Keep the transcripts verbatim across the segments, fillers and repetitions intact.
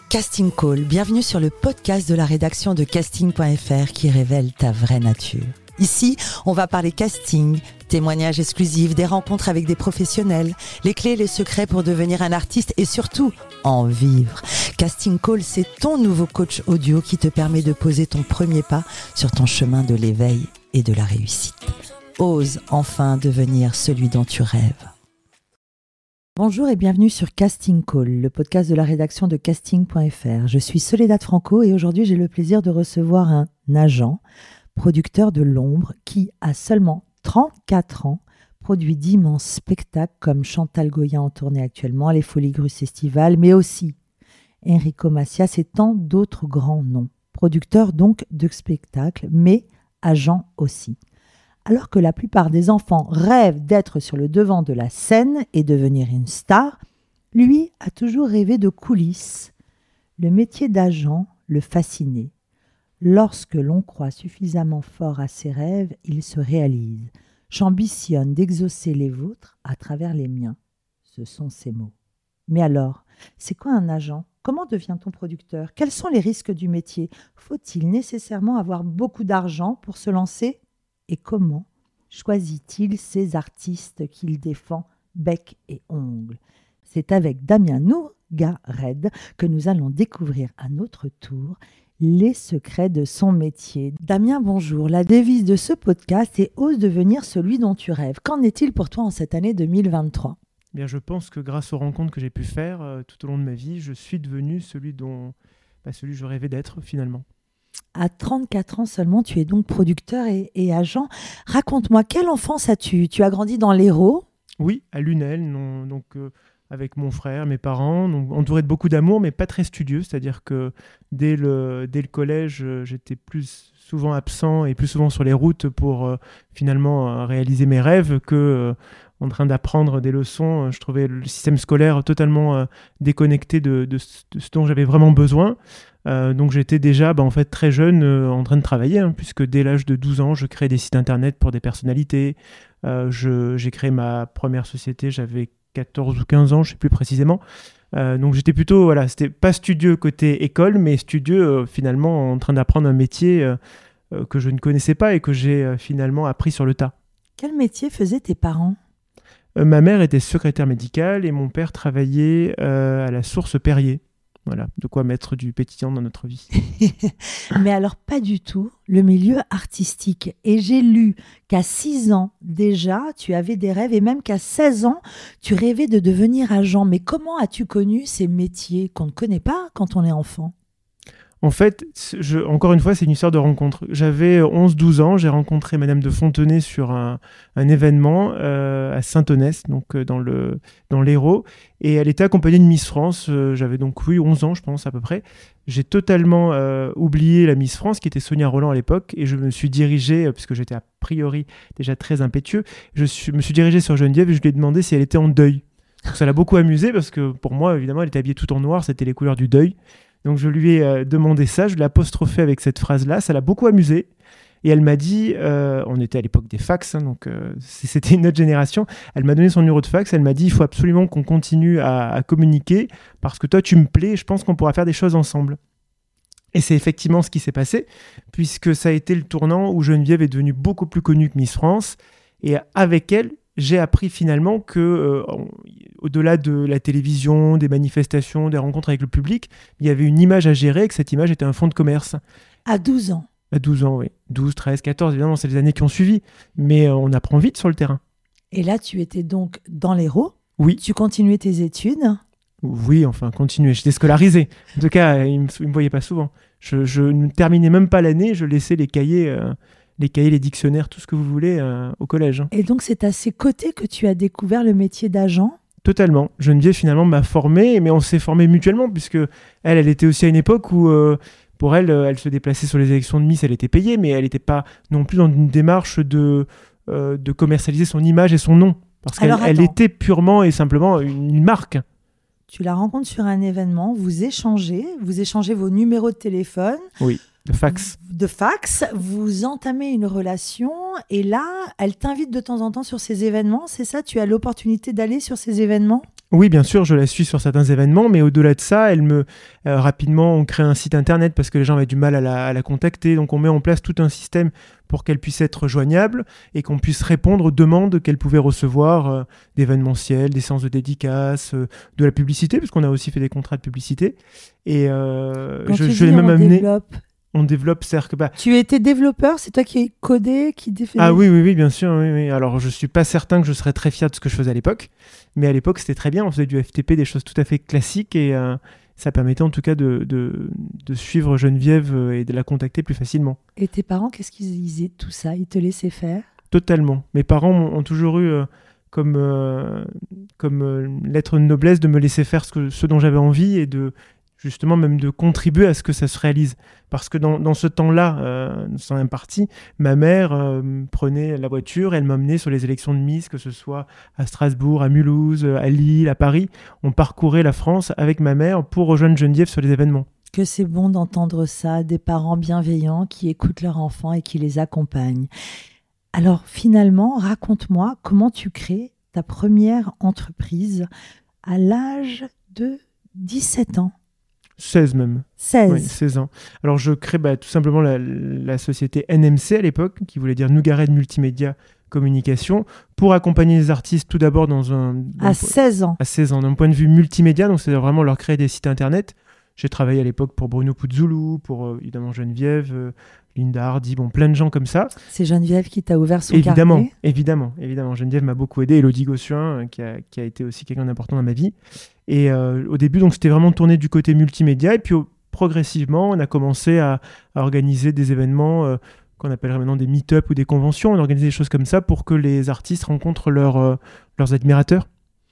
Casting Call, bienvenue sur le podcast de la rédaction de casting point f r qui révèle ta vraie nature. Ici, on va parler casting, témoignages exclusifs, des rencontres avec des professionnels, les clés et les secrets pour devenir un artiste et surtout, en vivre. Casting Call, c'est ton nouveau coach audio qui te permet de poser ton premier pas sur ton chemin de l'éveil et de la réussite. Ose enfin devenir celui dont tu rêves. Bonjour et bienvenue sur Casting Call, le podcast de la rédaction de casting point f r. Je suis Soledad Franco et aujourd'hui j'ai le plaisir de recevoir un agent, producteur de l'ombre qui, à seulement trente-quatre ans, produit d'immenses spectacles comme Chantal Goya en tournée actuellement, les Folies Grusses estivales, mais aussi Enrico Macias et tant d'autres grands noms. Producteur donc de spectacles, mais agent aussi. Alors que la plupart des enfants rêvent d'être sur le devant de la scène et devenir une star, lui a toujours rêvé de coulisses. Le métier d'agent le fascinait. Lorsque l'on croit suffisamment fort à ses rêves, ils se réalisent. J'ambitionne d'exaucer les vôtres à travers les miens. Ce sont ses mots. Mais alors, c'est quoi un agent ? Comment devient-on producteur ? Quels sont les risques du métier ? Faut-il nécessairement avoir beaucoup d'argent pour se lancer ? Et comment choisit-il ces artistes qu'il défend bec et ongles ? C'est avec Damien Nourgared que nous allons découvrir à notre tour les secrets de son métier. Damien, bonjour. La devise de ce podcast est « Ose devenir celui dont tu rêves ». Qu'en est-il pour toi en cette année deux mille vingt-trois ? Bien, je pense que grâce aux rencontres que j'ai pu faire euh, tout au long de ma vie, je suis devenu celui dont bah, celui que je rêvais d'être finalement. À trente-quatre ans seulement, tu es donc producteur et, et agent. Raconte-moi, quelle enfance as-tu ? Tu as grandi dans l'Hérault ? Oui, à Lunel, non, donc euh, avec mon frère, mes parents, donc, entouré de beaucoup d'amour, mais pas très studieux. C'est-à-dire que dès le, dès le collège, euh, j'étais plus souvent absent et plus souvent sur les routes pour euh, finalement euh, réaliser mes rêves que euh, en train d'apprendre des leçons. Je trouvais le système scolaire totalement euh, déconnecté de, de, de ce dont j'avais vraiment besoin. Euh, donc j'étais déjà bah, en fait, très jeune euh, en train de travailler, hein, puisque dès l'âge de douze ans, je créais des sites internet pour des personnalités. Euh, je, j'ai créé ma première société, j'avais quatorze ou quinze ans, je ne sais plus précisément. Euh, donc j'étais plutôt, voilà, c'était pas studieux côté école, mais studieux euh, finalement en train d'apprendre un métier euh, euh, que je ne connaissais pas et que j'ai euh, finalement appris sur le tas. Quel métier faisaient tes parents ? euh, Ma mère était secrétaire médicale et mon père travaillait euh, à la source Perrier. Voilà, de quoi mettre du pétillant dans notre vie. Mais alors pas du tout, le milieu artistique. Et j'ai lu qu'à six ans déjà, tu avais des rêves et même qu'à seize ans, tu rêvais de devenir agent. Mais comment as-tu connu ces métiers qu'on ne connaît pas quand on est enfant ? En fait, je, encore une fois, c'est une histoire de rencontre. J'avais onze douze ans, j'ai rencontré Madame de Fontenay sur un, un événement euh, à Saint-Onest, donc euh, dans, le, dans l'Hérault, et elle était accompagnée de Miss France. Euh, j'avais donc, oui, onze ans, je pense, à peu près. J'ai totalement euh, oublié la Miss France, qui était Sonia Roland à l'époque, et je me suis dirigé, euh, puisque j'étais a priori déjà très impétueux, je suis, me suis dirigé sur Geneviève et je lui ai demandé si elle était en deuil. Donc, ça l'a beaucoup amusée, parce que pour moi, évidemment, elle était habillée tout en noir, c'était les couleurs du deuil. Donc je lui ai euh, demandé ça, je l'ai apostrophé avec cette phrase-là, ça l'a beaucoup amusée. Et elle m'a dit, euh, on était à l'époque des fax, hein, donc euh, c'était une autre génération, elle m'a donné son numéro de fax, elle m'a dit, il faut absolument qu'on continue à, à communiquer, parce que toi tu me plais, je pense qu'on pourra faire des choses ensemble. Et c'est effectivement ce qui s'est passé, puisque ça a été le tournant où Geneviève est devenue beaucoup plus connue que Miss France, et avec elle, j'ai appris finalement que, euh, au-delà de la télévision, des manifestations, des rencontres avec le public, il y avait une image à gérer et que cette image était un fonds de commerce. À douze ans ? À douze ans, oui. douze, treize, quatorze, évidemment, c'est les années qui ont suivi. Mais euh, on apprend vite sur le terrain. Et là, tu étais donc dans l'Hérault ? Oui. Tu continuais tes études ? Oui, enfin, continuer. J'étais scolarisé. En tout cas, il ne me, me voyait pas souvent. Je, je ne terminais même pas l'année, je laissais les cahiers... Euh, les cahiers, les dictionnaires, tout ce que vous voulez euh, au collège. Et donc, c'est à ses côtés que tu as découvert le métier d'agent ? Totalement. Geneviève, finalement, m'a formé, mais on s'est formé mutuellement, puisque elle, elle était aussi à une époque où, euh, pour elle, elle se déplaçait sur les élections de Miss, elle était payée, mais elle n'était pas non plus dans une démarche de, euh, de commercialiser son image et son nom. Parce qu'elle elle était purement et simplement une, une marque. Tu la rencontres sur un événement, vous échangez, vous échangez vos numéros de téléphone. Oui. De fax. De fax, vous entamez une relation et là, elle t'invite de temps en temps sur ces événements, c'est ça ? Tu as l'opportunité d'aller sur ces événements ? Oui, bien sûr, je la suis sur certains événements, mais au-delà de ça, elle me euh, rapidement, on crée un site internet parce que les gens avaient du mal à la, à la contacter. Donc, on met en place tout un système pour qu'elle puisse être joignable et qu'on puisse répondre aux demandes qu'elle pouvait recevoir euh, d'événementiels, des séances de dédicaces, euh, de la publicité, parce qu'on a aussi fait des contrats de publicité. Et euh, Quand je, tu je dis l'ai même on amené. développe, On développe, c'est-à-dire que bah, tu étais développeur, c'est toi qui as codé, qui défait. ah oui, oui, oui, bien sûr. Oui, oui. Alors, je suis pas certain que je serais très fier de ce que je faisais à l'époque, mais à l'époque, c'était très bien. On faisait du F T P, des choses tout à fait classiques, et euh, ça permettait en tout cas de, de, de suivre Geneviève euh, et de la contacter plus facilement. Et tes parents, qu'est-ce qu'ils disaient de tout ça? Ils te laissaient faire? Totalement. Mes parents ont, ont toujours eu euh, comme, euh, comme euh, lettre de noblesse de me laisser faire ce, que, ce dont j'avais envie et de justement même de contribuer à ce que ça se réalise. Parce que dans, dans ce temps-là, euh, sans imparti, ma mère euh, prenait la voiture, elle m'emmenait sur les élections de Miss, que ce soit à Strasbourg, à Mulhouse, à Lille, à Paris. On parcourait la France avec ma mère pour rejoindre Geneviève sur les événements. Que c'est bon d'entendre ça, des parents bienveillants qui écoutent leurs enfants et qui les accompagnent. Alors finalement, raconte-moi comment tu crées ta première entreprise à l'âge de dix-sept ans. seize même. seize. Oui, seize ans. Alors je crée bah, tout simplement la, la société N M C à l'époque, qui voulait dire Nougared Multimédia Communication, pour accompagner les artistes tout d'abord dans un... Dans À seize ans. À seize ans, d'un point de vue multimédia, donc c'est vraiment leur créer des sites internet. J'ai travaillé à l'époque pour Bruno Puzzulu, pour euh, évidemment Geneviève, euh, Linda Hardy, bon, plein de gens comme ça. C'est Geneviève qui t'a ouvert son Évidemment, carnet. évidemment, évidemment. Geneviève m'a beaucoup aidé, Élodie Gossuin, euh, qui, a, qui a été aussi quelqu'un d'important dans ma vie. Et euh, au début, donc, c'était vraiment tourné du côté multimédia. Et puis, au, progressivement, on a commencé à, à organiser des événements euh, qu'on appellerait maintenant des meet-up ou des conventions. On organisait des choses comme ça pour que les artistes rencontrent leur, euh, leurs admirateurs.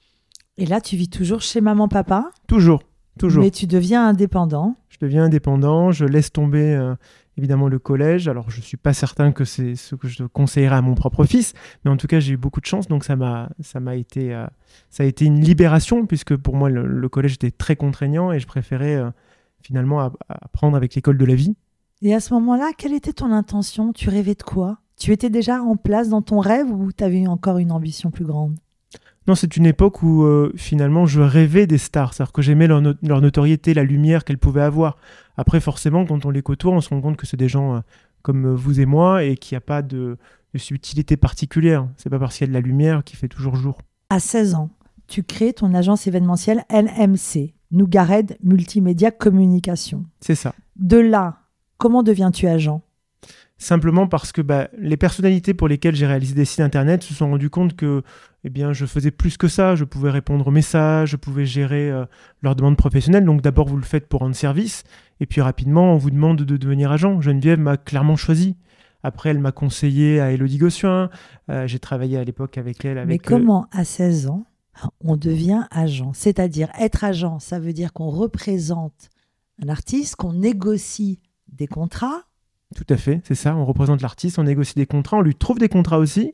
Et là, tu vis toujours chez maman-papa. Toujours, toujours. Mais tu deviens indépendant. Je deviens indépendant, je laisse tomber euh, évidemment le collège. Alors, je ne suis pas certain que c'est ce que je conseillerais à mon propre fils, mais en tout cas, j'ai eu beaucoup de chance, donc ça m'a, ça m'a été, euh, ça a été une libération, puisque pour moi, le, le collège était très contraignant et je préférais euh, finalement à, à apprendre avec l'école de la vie. Et à ce moment-là, quelle était ton intention? Tu rêvais de quoi? Tu étais déjà en place dans ton rêve ou tu avais encore une ambition plus grande? Non, c'est une époque où euh, finalement je rêvais des stars, c'est-à-dire que j'aimais leur, no- leur notoriété, la lumière qu'elles pouvaient avoir. Après, forcément, quand on les côtoie, on se rend compte que c'est des gens euh, comme vous et moi et qu'il n'y a pas de, de subtilité particulière. C'est pas parce qu'il y a de la lumière qu'il fait toujours jour. À seize ans, tu crées ton agence événementielle N M C, Nougared Multimédia Communication. C'est ça. De là, comment deviens-tu agent? Simplement parce que bah, les personnalités pour lesquelles j'ai réalisé des sites internet se sont rendues compte que eh bien, je faisais plus que ça. Je pouvais répondre aux messages, je pouvais gérer euh, leurs demandes professionnelles. Donc d'abord, vous le faites pour rendre service. Et puis rapidement, on vous demande de devenir agent. Geneviève m'a clairement choisi. Après, elle m'a conseillé à Élodie Gossuin. Euh, j'ai travaillé à l'époque avec elle. Avec, Mais comment, à seize ans, on devient agent? C'est-à-dire, être agent, ça veut dire qu'on représente un artiste, qu'on négocie des contrats. Tout à fait, c'est ça. On représente l'artiste, on négocie des contrats, on lui trouve des contrats aussi.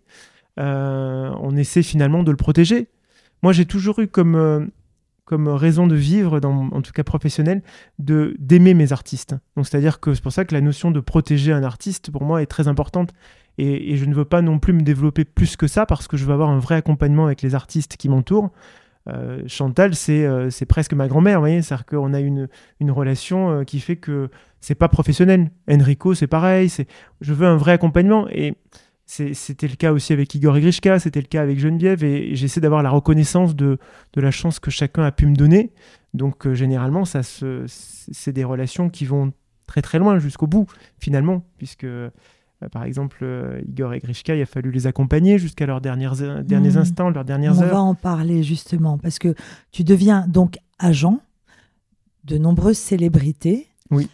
Euh, on essaie finalement de le protéger. Moi, j'ai toujours eu comme, euh, comme raison de vivre, dans, en tout cas professionnelle, de, d'aimer mes artistes. Donc, c'est-à-dire que c'est pour ça que la notion de protéger un artiste, pour moi, est très importante. Et, et je ne veux pas non plus me développer plus que ça parce que je veux avoir un vrai accompagnement avec les artistes qui m'entourent. Euh, Chantal, c'est, euh, c'est presque ma grand-mère, vous voyez, c'est-à-dire qu'on a une, une relation euh, qui fait que c'est pas professionnel. Enrico, c'est pareil, c'est... je veux un vrai accompagnement et c'est, c'était le cas aussi avec Igor et Grishka, c'était le cas avec Geneviève et, et j'essaie d'avoir la reconnaissance de, de la chance que chacun a pu me donner. Donc euh, généralement, ça se, c'est des relations qui vont très très loin jusqu'au bout finalement, puisque par exemple, euh, Igor et Grishka, il a fallu les accompagner jusqu'à leurs dernières, derniers mmh. instants, leurs dernières On heures. On va en parler justement, parce que tu deviens donc agent de nombreuses célébrités. Oui.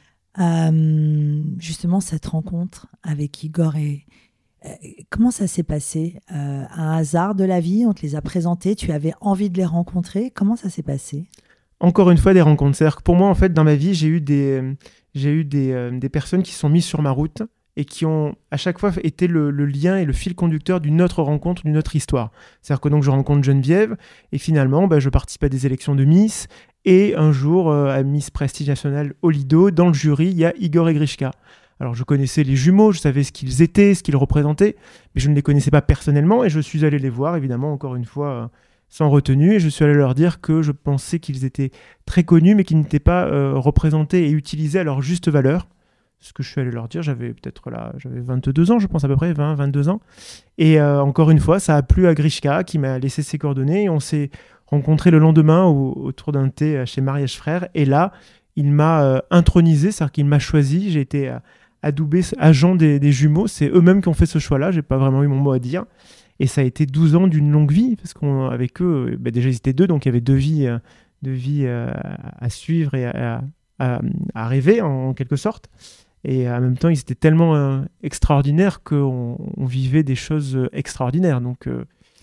Euh, justement, cette rencontre avec Igor et... Euh, comment ça s'est passé? euh, Un hasard de la vie, on te les a présentés, tu avais envie de les rencontrer. Comment ça s'est passé? Encore une fois, des rencontres. C'est-à-dire que pour moi, en fait, dans ma vie, j'ai eu des, j'ai eu des, euh, des personnes qui se sont mises sur ma route et qui ont à chaque fois été le, le lien et le fil conducteur d'une autre rencontre, d'une autre histoire. C'est-à-dire que donc je rencontre Geneviève et finalement bah, je participe à des élections de Miss et un jour euh, à Miss Prestige National au Lido, dans le jury, il y a Igor et Grishka. Alors je connaissais les jumeaux, je savais ce qu'ils étaient, ce qu'ils représentaient, mais je ne les connaissais pas personnellement et je suis allé les voir évidemment encore une fois sans retenue, et je suis allé leur dire que je pensais qu'ils étaient très connus, mais qu'ils n'étaient pas euh, représentés et utilisés à leur juste valeur. Ce que je suis allé leur dire, j'avais peut-être là, j'avais vingt-deux ans, je pense à peu près, vingt, vingt-deux ans. Et euh, encore une fois, ça a plu à Grishka, qui m'a laissé ses coordonnées, et on s'est rencontrés le lendemain au, autour d'un thé chez Mariage Frères, et là, il m'a euh, intronisé, c'est-à-dire qu'il m'a choisi, j'ai été euh, adoubé agent des, des jumeaux, c'est eux-mêmes qui ont fait ce choix-là, j'ai pas vraiment eu mon mot à dire. Et ça a été douze ans d'une longue vie, parce qu'avec eux, bah déjà ils étaient deux, donc il y avait deux vies, euh, deux vies euh, à suivre et à, à, à rêver en, en quelque sorte. Et en même temps, ils étaient tellement euh, extraordinaires qu'on on vivait des choses euh, extraordinaires. Donc, euh...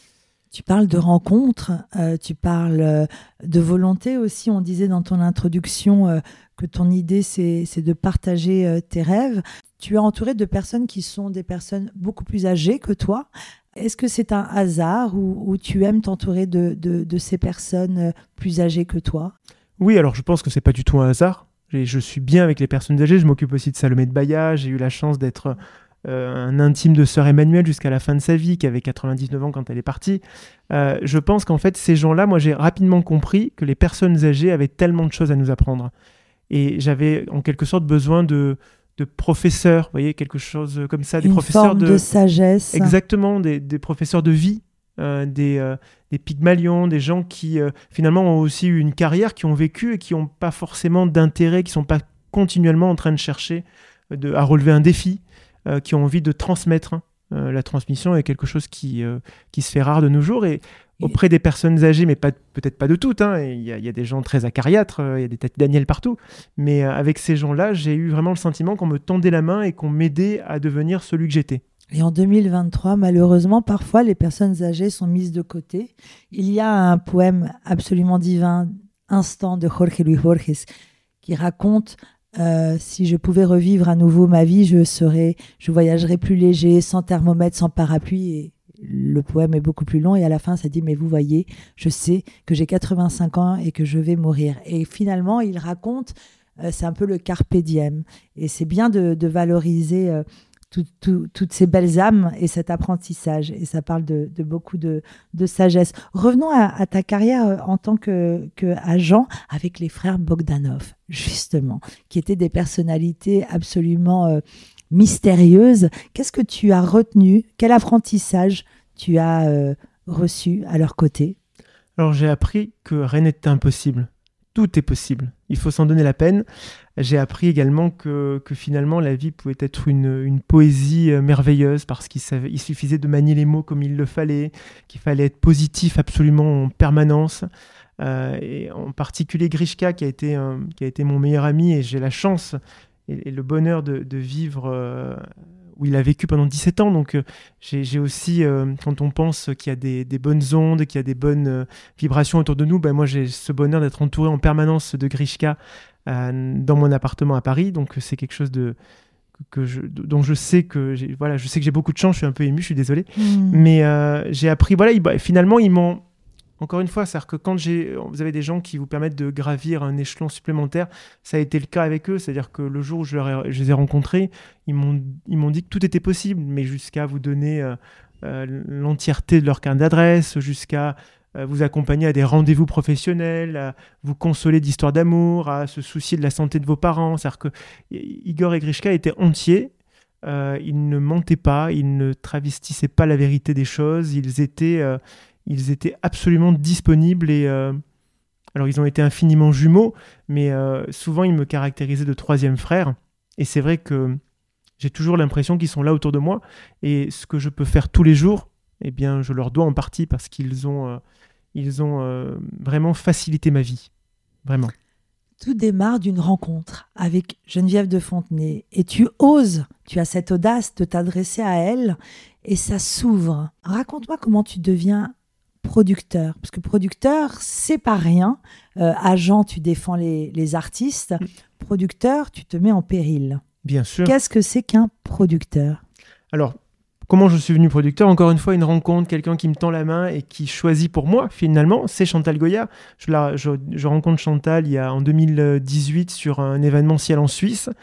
Tu parles de rencontres, euh, tu parles euh, de volonté aussi. On disait dans ton introduction euh, que ton idée, c'est, c'est de partager euh, tes rêves. Tu es entouré de personnes qui sont des personnes beaucoup plus âgées que toi. Est-ce que c'est un hasard ou, ou tu aimes t'entourer de, de, de ces personnes plus âgées que toi ? Oui, alors je pense que c'est pas du tout un hasard. Je suis bien avec les personnes âgées. Je m'occupe aussi de Salomé de Bahia. J'ai eu la chance d'être euh, un intime de sœur Emmanuelle jusqu'à la fin de sa vie, qui avait quatre-vingt-dix-neuf ans quand elle est partie. Euh, je pense qu'en fait, ces gens-là, moi, j'ai rapidement compris que les personnes âgées avaient tellement de choses à nous apprendre. Et j'avais en quelque sorte besoin de, de professeurs, vous voyez, quelque chose comme ça. Des Une professeurs forme de... de sagesse. Exactement, des, des professeurs de vie. Euh, des, euh, des Pygmalions, des gens qui euh, finalement ont aussi eu une carrière, qui ont vécu et qui n'ont pas forcément d'intérêt, qui ne sont pas continuellement en train de chercher de, à relever un défi, euh, qui ont envie de transmettre. Hein. Euh, la transmission est quelque chose qui, euh, qui se fait rare de nos jours et auprès des personnes âgées, mais pas, peut-être pas de toutes. Hein. Il y a, il y a des gens très acariâtres, il y a des têtes Daniel partout. Mais euh, avec ces gens-là, j'ai eu vraiment le sentiment qu'on me tendait la main et qu'on m'aidait à devenir celui que j'étais. Et en deux mille vingt-trois, malheureusement, parfois, les personnes âgées sont mises de côté. Il y a un poème absolument divin, Instant, de Jorge Luis Borges, qui raconte euh, « Si je pouvais revivre à nouveau ma vie, je serais, je voyagerais plus léger, sans thermomètre, sans parapluie. » Et le poème est beaucoup plus long et à la fin, ça dit « Mais vous voyez, je sais que j'ai quatre-vingt-cinq ans et que je vais mourir. » Et finalement, il raconte, euh, c'est un peu le carpe diem. Et c'est bien de, de valoriser... Euh, Tout, tout, toutes ces belles âmes et cet apprentissage. Et ça parle de, de beaucoup de, de sagesse. Revenons à, à ta carrière en tant que, que agent avec les frères Bogdanov, justement, qui étaient des personnalités absolument euh, mystérieuses. Qu'est-ce que tu as retenu ? Quel apprentissage tu as euh, reçu à leur côté ? Alors, j'ai appris que rien n'est impossible. Tout est possible. Il faut s'en donner la peine. J'ai appris également que, que finalement la vie pouvait être une, une poésie merveilleuse parce qu'il savait, il suffisait de manier les mots comme il le fallait, qu'il fallait être positif absolument en permanence. Euh, et en particulier Grishka qui a été, euh, qui a été mon meilleur ami et j'ai la chance et, et le bonheur de, de vivre euh, où il a vécu pendant dix-sept ans. Donc euh, j'ai, j'ai aussi, euh, quand on pense qu'il y a des, des bonnes ondes, qu'il y a des bonnes euh, vibrations autour de nous, ben moi j'ai ce bonheur d'être entouré en permanence de Grishka euh, dans mon appartement à Paris. Donc c'est quelque chose de, que je, dont je sais que j'ai, voilà, je sais que j'ai beaucoup de chance. Je suis un peu ému, je suis désolé. Mmh. Mais euh, j'ai appris, voilà, ils, bah, finalement ils m'ont... Encore une fois, c'est-à-dire que quand j'ai, vous avez des gens qui vous permettent de gravir un échelon supplémentaire, ça a été le cas avec eux. C'est-à-dire que le jour où je, leur ai, je les ai rencontrés, ils m'ont, ils m'ont dit que tout était possible, mais jusqu'à vous donner euh, euh, l'entièreté de leur carte d'adresse, jusqu'à euh, vous accompagner à des rendez-vous professionnels, à vous consoler d'histoires d'amour, à se soucier de la santé de vos parents. C'est-à-dire que Igor et Grishka étaient entiers. Euh, ils ne mentaient pas, ils ne travestissaient pas la vérité des choses. Ils étaient... Euh, Ils étaient absolument disponibles et euh, alors ils ont été infiniment jumeaux, mais euh, souvent ils me caractérisaient de troisième frère. Et c'est vrai que j'ai toujours l'impression qu'ils sont là autour de moi. Et ce que je peux faire tous les jours, eh bien, je leur dois en partie parce qu'ils ont, euh, ils ont euh, vraiment facilité ma vie, vraiment. Tout démarre d'une rencontre avec Geneviève de Fontenay et tu oses, tu as cette audace de t'adresser à elle et ça s'ouvre. Raconte-moi comment tu deviens producteur, parce que producteur, c'est pas rien. Euh, agent, tu défends les, les artistes. Mmh. Producteur, tu te mets en péril. Bien sûr. Qu'est-ce que c'est qu'un producteur ? Alors, comment je suis devenu producteur ? Encore une fois, une rencontre, quelqu'un qui me tend la main et qui choisit pour moi, finalement, c'est Chantal Goya. Je, la, je, je rencontre Chantal il y a, en deux mille dix-huit sur un événementiel en Suisse.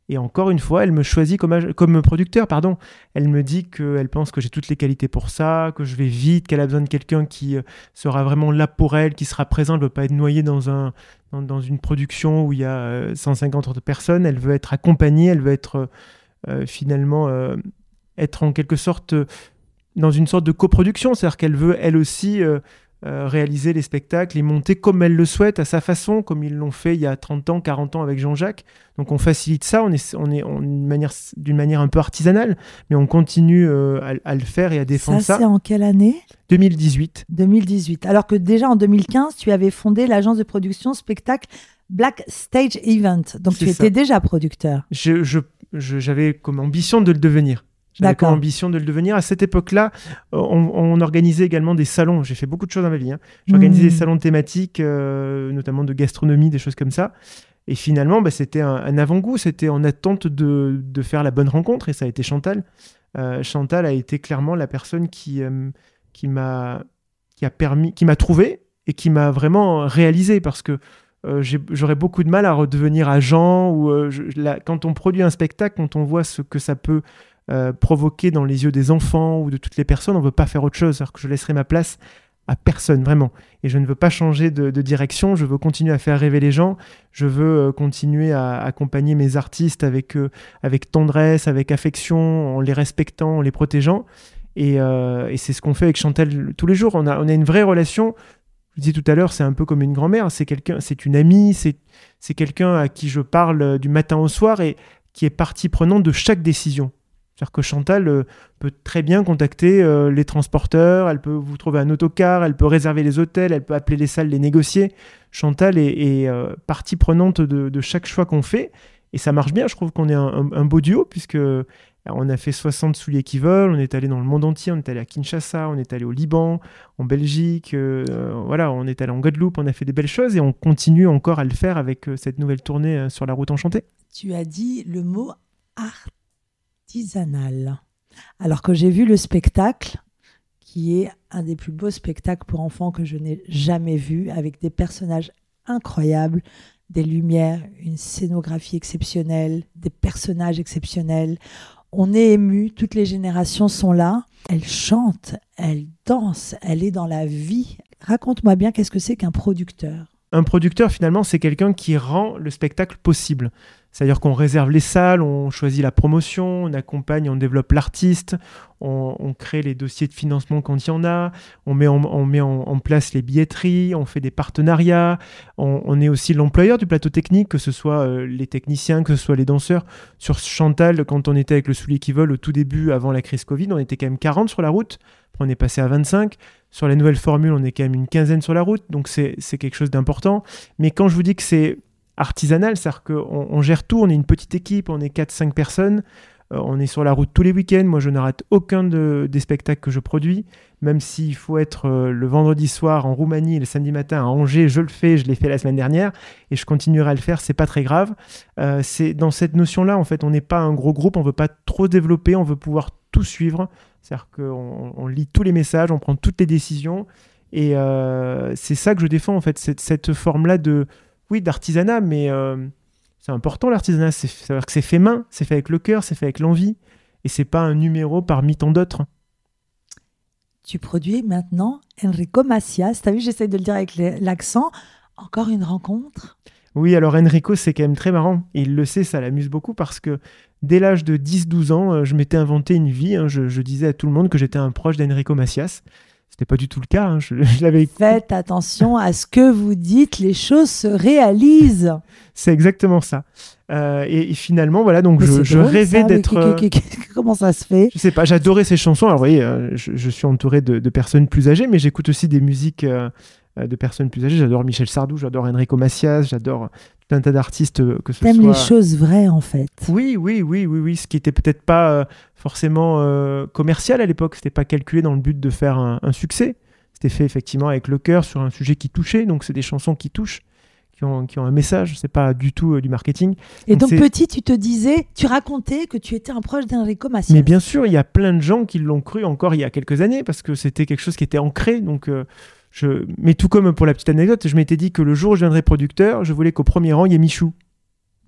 Et encore une fois, elle me choisit comme, ag- comme producteur. Pardon. Elle me dit qu'elle pense que j'ai toutes les qualités pour ça, que je vais vite, qu'elle a besoin de quelqu'un qui euh, sera vraiment là pour elle, qui sera présent. Elle ne veut pas être noyée dans, un, dans, dans une production où il y a euh, cent cinquante autres personnes. Elle veut être accompagnée, elle veut être euh, finalement euh, être en quelque sorte euh, dans une sorte de coproduction. C'est-à-dire qu'elle veut elle aussi euh, euh, réaliser les spectacles, les monter comme elle le souhaite, à sa façon, comme ils l'ont fait il y a trente ans, quarante ans avec Jean-Jacques. Donc on facilite ça, on est, on est on, d'une, manière, d'une manière un peu artisanale, mais on continue euh, à, à le faire et à défendre ça. Ça, c'est en quelle année ? deux mille dix-huit. deux mille dix-huit. Alors que déjà en deux mille quinze, tu avais fondé l'agence de production spectacle Black Stage Event. Donc C'est tu ça. étais déjà producteur. Je, je, je- j'avais comme ambition de le devenir. J'avais D'accord. comme ambition de le devenir. À cette époque-là, euh, on, on organisait également des salons. J'ai fait beaucoup de choses dans ma vie. Hein. J'ai organisé Mmh. des salons thématiques, euh, notamment de gastronomie, des choses comme ça. Et finalement, bah, c'était un, un avant-goût. C'était en attente de, de faire la bonne rencontre. Et ça a été Chantal. Euh, Chantal a été clairement la personne qui, euh, qui m'a, qui a permis, qui m'a trouvé et qui m'a vraiment réalisé. Parce que euh, j'ai- j'aurais beaucoup de mal à redevenir agent. Ou, euh, je- la- quand on produit un spectacle, quand on voit ce que ça peut euh, provoquer dans les yeux des enfants ou de toutes les personnes, on ne veut pas faire autre chose. C'est-à-dire que je laisserai ma place à personne, vraiment. Et je ne veux pas changer de, de direction. Je veux continuer à faire rêver les gens. Je veux euh, continuer à accompagner mes artistes avec, euh, avec tendresse, avec affection, en les respectant, en les protégeant. Et, euh, et c'est ce qu'on fait avec Chantal tous les jours. On a, on a une vraie relation. Je disais tout à l'heure, c'est un peu comme une grand-mère. C'est quelqu'un, c'est une amie. C'est, c'est quelqu'un à qui je parle euh, du matin au soir et qui est partie prenante de chaque décision. C'est-à-dire que Chantal euh, peut très bien contacter euh, les transporteurs, elle peut vous trouver un autocar, elle peut réserver les hôtels, elle peut appeler les salles, les négocier. Chantal est, est euh, partie prenante de, de chaque choix qu'on fait. Et ça marche bien, je trouve qu'on est un, un- un beau duo, puisque euh, on a fait soixante souliers qui volent, on est allé dans le monde entier, on est allé à Kinshasa, on est allé au Liban, en Belgique, euh, euh, voilà, on est allé en Guadeloupe, on a fait des belles choses et on continue encore à le faire avec euh, cette nouvelle tournée euh, sur la route enchantée. Tu as dit le mot artisanal. Alors que j'ai vu le spectacle, qui est un des plus beaux spectacles pour enfants que je n'ai jamais vu, avec des personnages incroyables, des lumières, une scénographie exceptionnelle, des personnages exceptionnels. On est ému, toutes les générations sont là. Elle chante, elle danse, elle est dans la vie. Raconte-moi bien, qu'est-ce que c'est qu'un producteur ? Un producteur, finalement, c'est quelqu'un qui rend le spectacle possible. C'est-à-dire qu'on réserve les salles, on choisit la promotion, on accompagne, on développe l'artiste, on, on crée les dossiers de financement quand il y en a, on met en, on met en, en place les billetteries, on fait des partenariats, on, on est aussi l'employeur du plateau technique, que ce soit euh, les techniciens, que ce soit les danseurs. Sur Chantal, quand on était avec le Soulier qui vole au tout début, avant la crise Covid, on était quand même quarante sur la route. Après, on est passé à vingt-cinq. Sur la nouvelle formule, on est quand même une quinzaine sur la route, donc c'est, c'est quelque chose d'important. Mais quand je vous dis que c'est artisanal, c'est-à-dire qu'on on gère tout, on est une petite équipe, on est quatre cinq personnes, euh, on est sur la route tous les week-ends, moi je n'arrête aucun de, des spectacles que je produis, même s'il faut être euh, le vendredi soir en Roumanie et le samedi matin à Angers, je le fais, je l'ai fait la semaine dernière, et je continuerai à le faire, c'est pas très grave. Euh, c'est dans cette notion-là, en fait, on n'est pas un gros groupe, on veut pas trop développer, on veut pouvoir tout suivre, c'est-à-dire qu'on on lit tous les messages, on prend toutes les décisions, et euh, c'est ça que je défends, en fait, cette, cette forme-là de... Oui, d'artisanat, mais euh, c'est important l'artisanat. C'est, c'est-à-dire que c'est fait main, c'est fait avec le cœur, c'est fait avec l'envie. Et c'est pas un numéro parmi tant d'autres. Tu produis maintenant Enrico Macias. T'as vu, j'essaie de le dire avec l'accent. Encore une rencontre ? Oui, alors Enrico, c'est quand même très marrant. Et il le sait, ça l'amuse beaucoup parce que dès l'âge de dix douze ans, euh, je m'étais inventé une vie. Hein. Je, je disais à tout le monde que j'étais un proche d'Enrico Macias. C'était pas du tout le cas. Hein. Je, je l'avais... Faites attention à ce que vous dites, les choses se réalisent. C'est exactement ça. Euh, et, et finalement, voilà, donc Mais je, c'est je drôle, rêvais ça, d'être. mais que- que- que- Comment ça se fait ? Je sais pas, j'adorais ces chansons. Alors, vous voyez, euh, je, je suis entouré de, de personnes plus âgées, mais j'écoute aussi des musiques euh, de personnes plus âgées. J'adore Michel Sardou, j'adore Enrico Macias, j'adore tout un tas d'artistes, euh, que ce T'aimes soit... les choses vraies, en fait. Oui, oui, oui, oui, oui, ce qui était peut-être pas euh, forcément euh, commercial à l'époque. C'était pas calculé dans le but de faire un, un succès. C'était fait effectivement avec le cœur sur un sujet qui touchait. Donc, c'est des chansons qui touchent, qui ont, qui ont un message. C'est pas du tout euh, du marketing. Et donc, donc petit, tu te disais, tu racontais que tu étais un proche d'Enrico Macias. Mais bien sûr, il y a plein de gens qui l'ont cru encore il y a quelques années parce que c'était quelque chose qui était ancré. Donc, euh, je... Mais tout comme pour la petite anecdote, je m'étais dit que le jour où je deviendrais producteur, je voulais qu'au premier rang, il y ait Michou.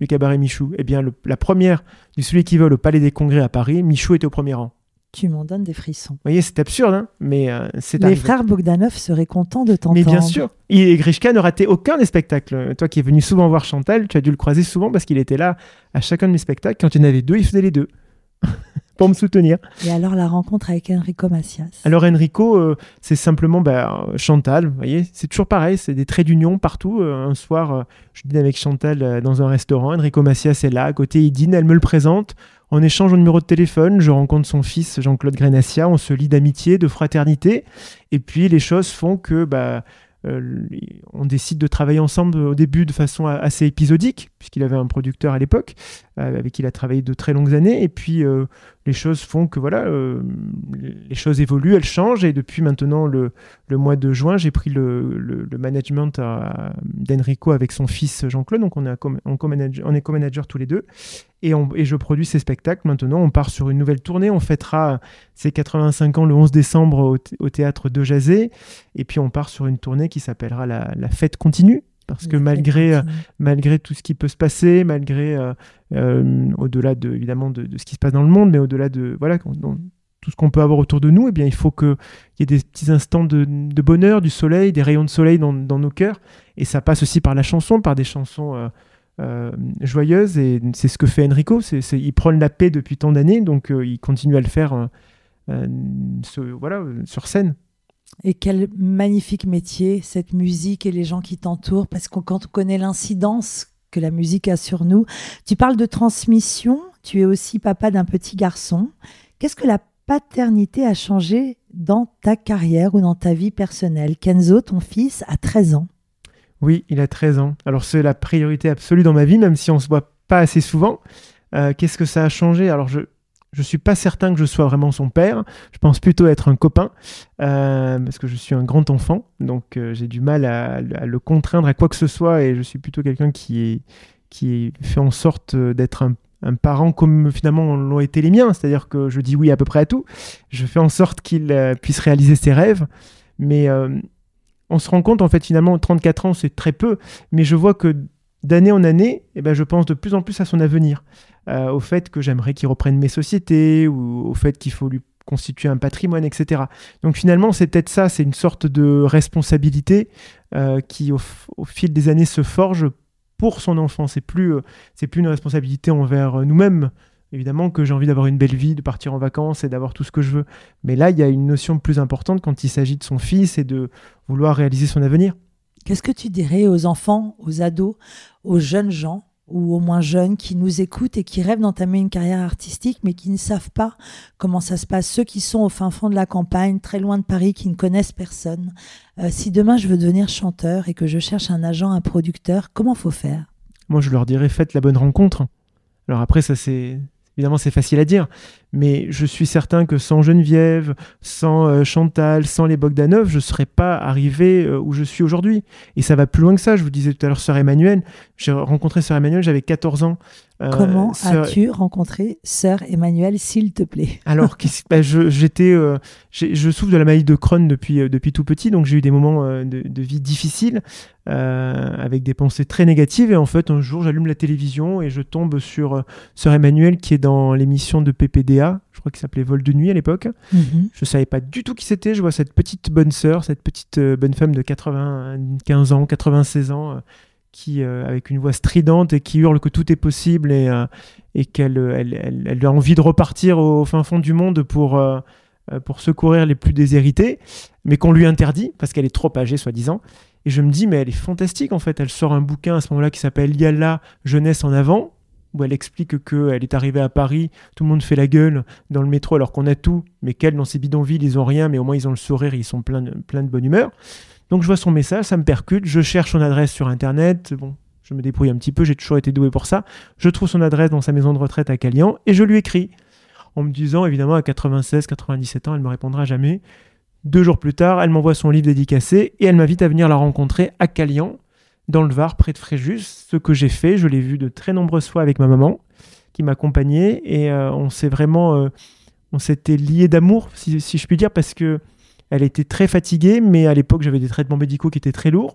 du cabaret Michou. Eh bien, le, la première du Celui qui vole au Palais des Congrès à Paris, Michou était au premier rang. Tu m'en donnes des frissons. Vous voyez, c'est absurde, hein, mais euh, c'est Les arrivé. frères Bogdanov seraient contents de t'entendre. Mais bien sûr. Et Grishka ne ratait aucun des spectacles. Toi qui es venu souvent voir Chantal, tu as dû le croiser souvent parce qu'il était là à chacun de mes spectacles. Quand il y en avait deux, il faisait les deux pour me soutenir. Et alors, la rencontre avec Enrico Macias? Alors Enrico, euh, c'est simplement bah, Chantal, vous voyez, c'est toujours pareil, c'est des traits d'union partout. Euh, un soir, euh, je dîne avec Chantal euh, dans un restaurant, Enrico Macias est là, à côté il dîne, elle me le présente, on échange au numéro de téléphone, je rencontre son fils Jean-Claude Grenassia, on se lie d'amitié, de fraternité, et puis les choses font que... Bah, Euh, on décide de travailler ensemble au début de façon assez épisodique, puisqu'il avait un producteur à l'époque, euh, avec qui il a travaillé de très longues années, et puis euh, les choses font que voilà, euh, les choses évoluent, elles changent, et depuis maintenant le, le mois de juin, j'ai pris le, le, le management à, d'Enrico avec son fils Jean-Claude, donc on est, co- on co-manager, on est co-manager tous les deux, et, on, et je produis ces spectacles. Maintenant, on part sur une nouvelle tournée, on fêtera ses quatre-vingt-cinq ans le onze décembre au, th- au théâtre de Jazé, et puis on part sur une tournée qui s'appellera la, la fête continue, parce que malgré, euh, malgré tout ce qui peut se passer, malgré, euh, euh, au-delà de, évidemment de, de ce qui se passe dans le monde, mais au-delà de voilà, dans, tout ce qu'on peut avoir autour de nous, eh bien, il faut qu'il y ait des petits instants de, de bonheur, du soleil, des rayons de soleil dans, dans nos cœurs, et ça passe aussi par la chanson, par des chansons euh, euh, joyeuses, et c'est ce que fait Enrico, c'est, c'est, il prône la paix depuis tant d'années, donc euh, il continue à le faire euh, euh, ce, voilà, sur scène. Et quel magnifique métier, cette musique et les gens qui t'entourent, parce que quand on connaît l'incidence que la musique a sur nous, tu parles de transmission, tu es aussi papa d'un petit garçon. Qu'est-ce que la paternité a changé dans ta carrière ou dans ta vie personnelle? Kenzo, ton fils, a treize ans. Oui, il a treize ans. Alors c'est la priorité absolue dans ma vie, même si on ne se voit pas assez souvent. Euh, qu'est-ce que ça a changé? Alors je... Je ne suis pas certain que je sois vraiment son père. Je pense plutôt être un copain, euh, parce que je suis un grand enfant, donc euh, j'ai du mal à, à le contraindre à quoi que ce soit, et je suis plutôt quelqu'un qui, est, qui fait en sorte d'être un, un parent comme finalement l'ont été les miens, c'est-à-dire que je dis oui à peu près à tout. Je fais en sorte qu'il euh, puisse réaliser ses rêves, mais euh, on se rend compte, en fait, finalement, trente-quatre ans, c'est très peu, mais je vois que d'année en année, eh ben, je pense de plus en plus à son avenir. Euh, au fait que j'aimerais qu'il reprenne mes sociétés, ou au fait qu'il faut lui constituer un patrimoine, et cetera. Donc finalement, c'est peut-être ça, c'est une sorte de responsabilité euh, qui, au, f- au fil des années, se forge pour son enfant. C'est plus, euh, c'est plus une responsabilité envers nous-mêmes. Évidemment que j'ai envie d'avoir une belle vie, de partir en vacances et d'avoir tout ce que je veux. Mais là, il y a une notion plus importante quand il s'agit de son fils et de vouloir réaliser son avenir. Qu'est-ce que tu dirais aux enfants, aux ados, aux jeunes gens, ou aux moins jeunes qui nous écoutent et qui rêvent d'entamer une carrière artistique mais qui ne savent pas comment ça se passe, ceux qui sont au fin fond de la campagne, très loin de Paris, qui ne connaissent personne. Euh, si demain je veux devenir chanteur et que je cherche un agent, un producteur, comment faut faire? Moi, je leur dirais, faites la bonne rencontre. Alors après, ça c'est... Évidemment, c'est facile à dire, mais je suis certain que sans Geneviève, sans euh, Chantal, sans les Bogdanov, je ne serais pas arrivé euh, où je suis aujourd'hui. Et ça va plus loin que ça. Je vous disais tout à l'heure, Sœur Emmanuelle. J'ai rencontré Sœur Emmanuelle, j'avais quatorze ans. Euh, Comment sœur... as-tu rencontré Sœur Emmanuelle, s'il te plaît? Alors, bah, je, j'étais, euh, j'ai, je souffre de la maladie de Crohn depuis, euh, depuis tout petit, donc j'ai eu des moments euh, de, de vie difficiles, euh, avec des pensées très négatives. Et en fait, un jour, j'allume la télévision et je tombe sur euh, Sœur Emmanuelle qui est dans l'émission de P P D A, je crois qu'il s'appelait Vol de nuit à l'époque. Mm-hmm. Je ne savais pas du tout qui c'était. Je vois cette petite bonne sœur, cette petite euh, bonne femme de quatre-vingt-quinze ans, quatre-vingt-seize ans, euh, qui, euh, avec une voix stridente et qui hurle que tout est possible et, euh, et qu'elle elle, elle, elle a envie de repartir au fin fond du monde pour, euh, pour secourir les plus déshérités, mais qu'on lui interdit parce qu'elle est trop âgée, soi-disant. Et je me dis, mais elle est fantastique en fait. Elle sort un bouquin à ce moment-là qui s'appelle Yalla, Jeunesse en avant, où elle explique qu'elle est arrivée à Paris, tout le monde fait la gueule dans le métro alors qu'on a tout, mais qu'elle, dans ces bidonvilles, ils ont rien, mais au moins ils ont le sourire et ils sont pleins de, plein de bonne humeur. Donc je vois son message, ça me percute, je cherche son adresse sur Internet, bon, je me débrouille un petit peu, j'ai toujours été doué pour ça. Je trouve son adresse dans sa maison de retraite à Calian et je lui écris, en me disant, évidemment, à quatre-vingt-seize quatre-vingt-dix-sept ans, elle ne me répondra jamais. Deux jours plus tard, elle m'envoie son livre dédicacé et elle m'invite à venir la rencontrer à Calian, dans le Var, près de Fréjus. Ce que j'ai fait, je l'ai vu de très nombreuses fois avec ma maman, qui m'accompagnait, et euh, on s'est vraiment, euh, on s'était liés d'amour, si, si je puis dire, parce que elle était très fatiguée, mais à l'époque, j'avais des traitements médicaux qui étaient très lourds.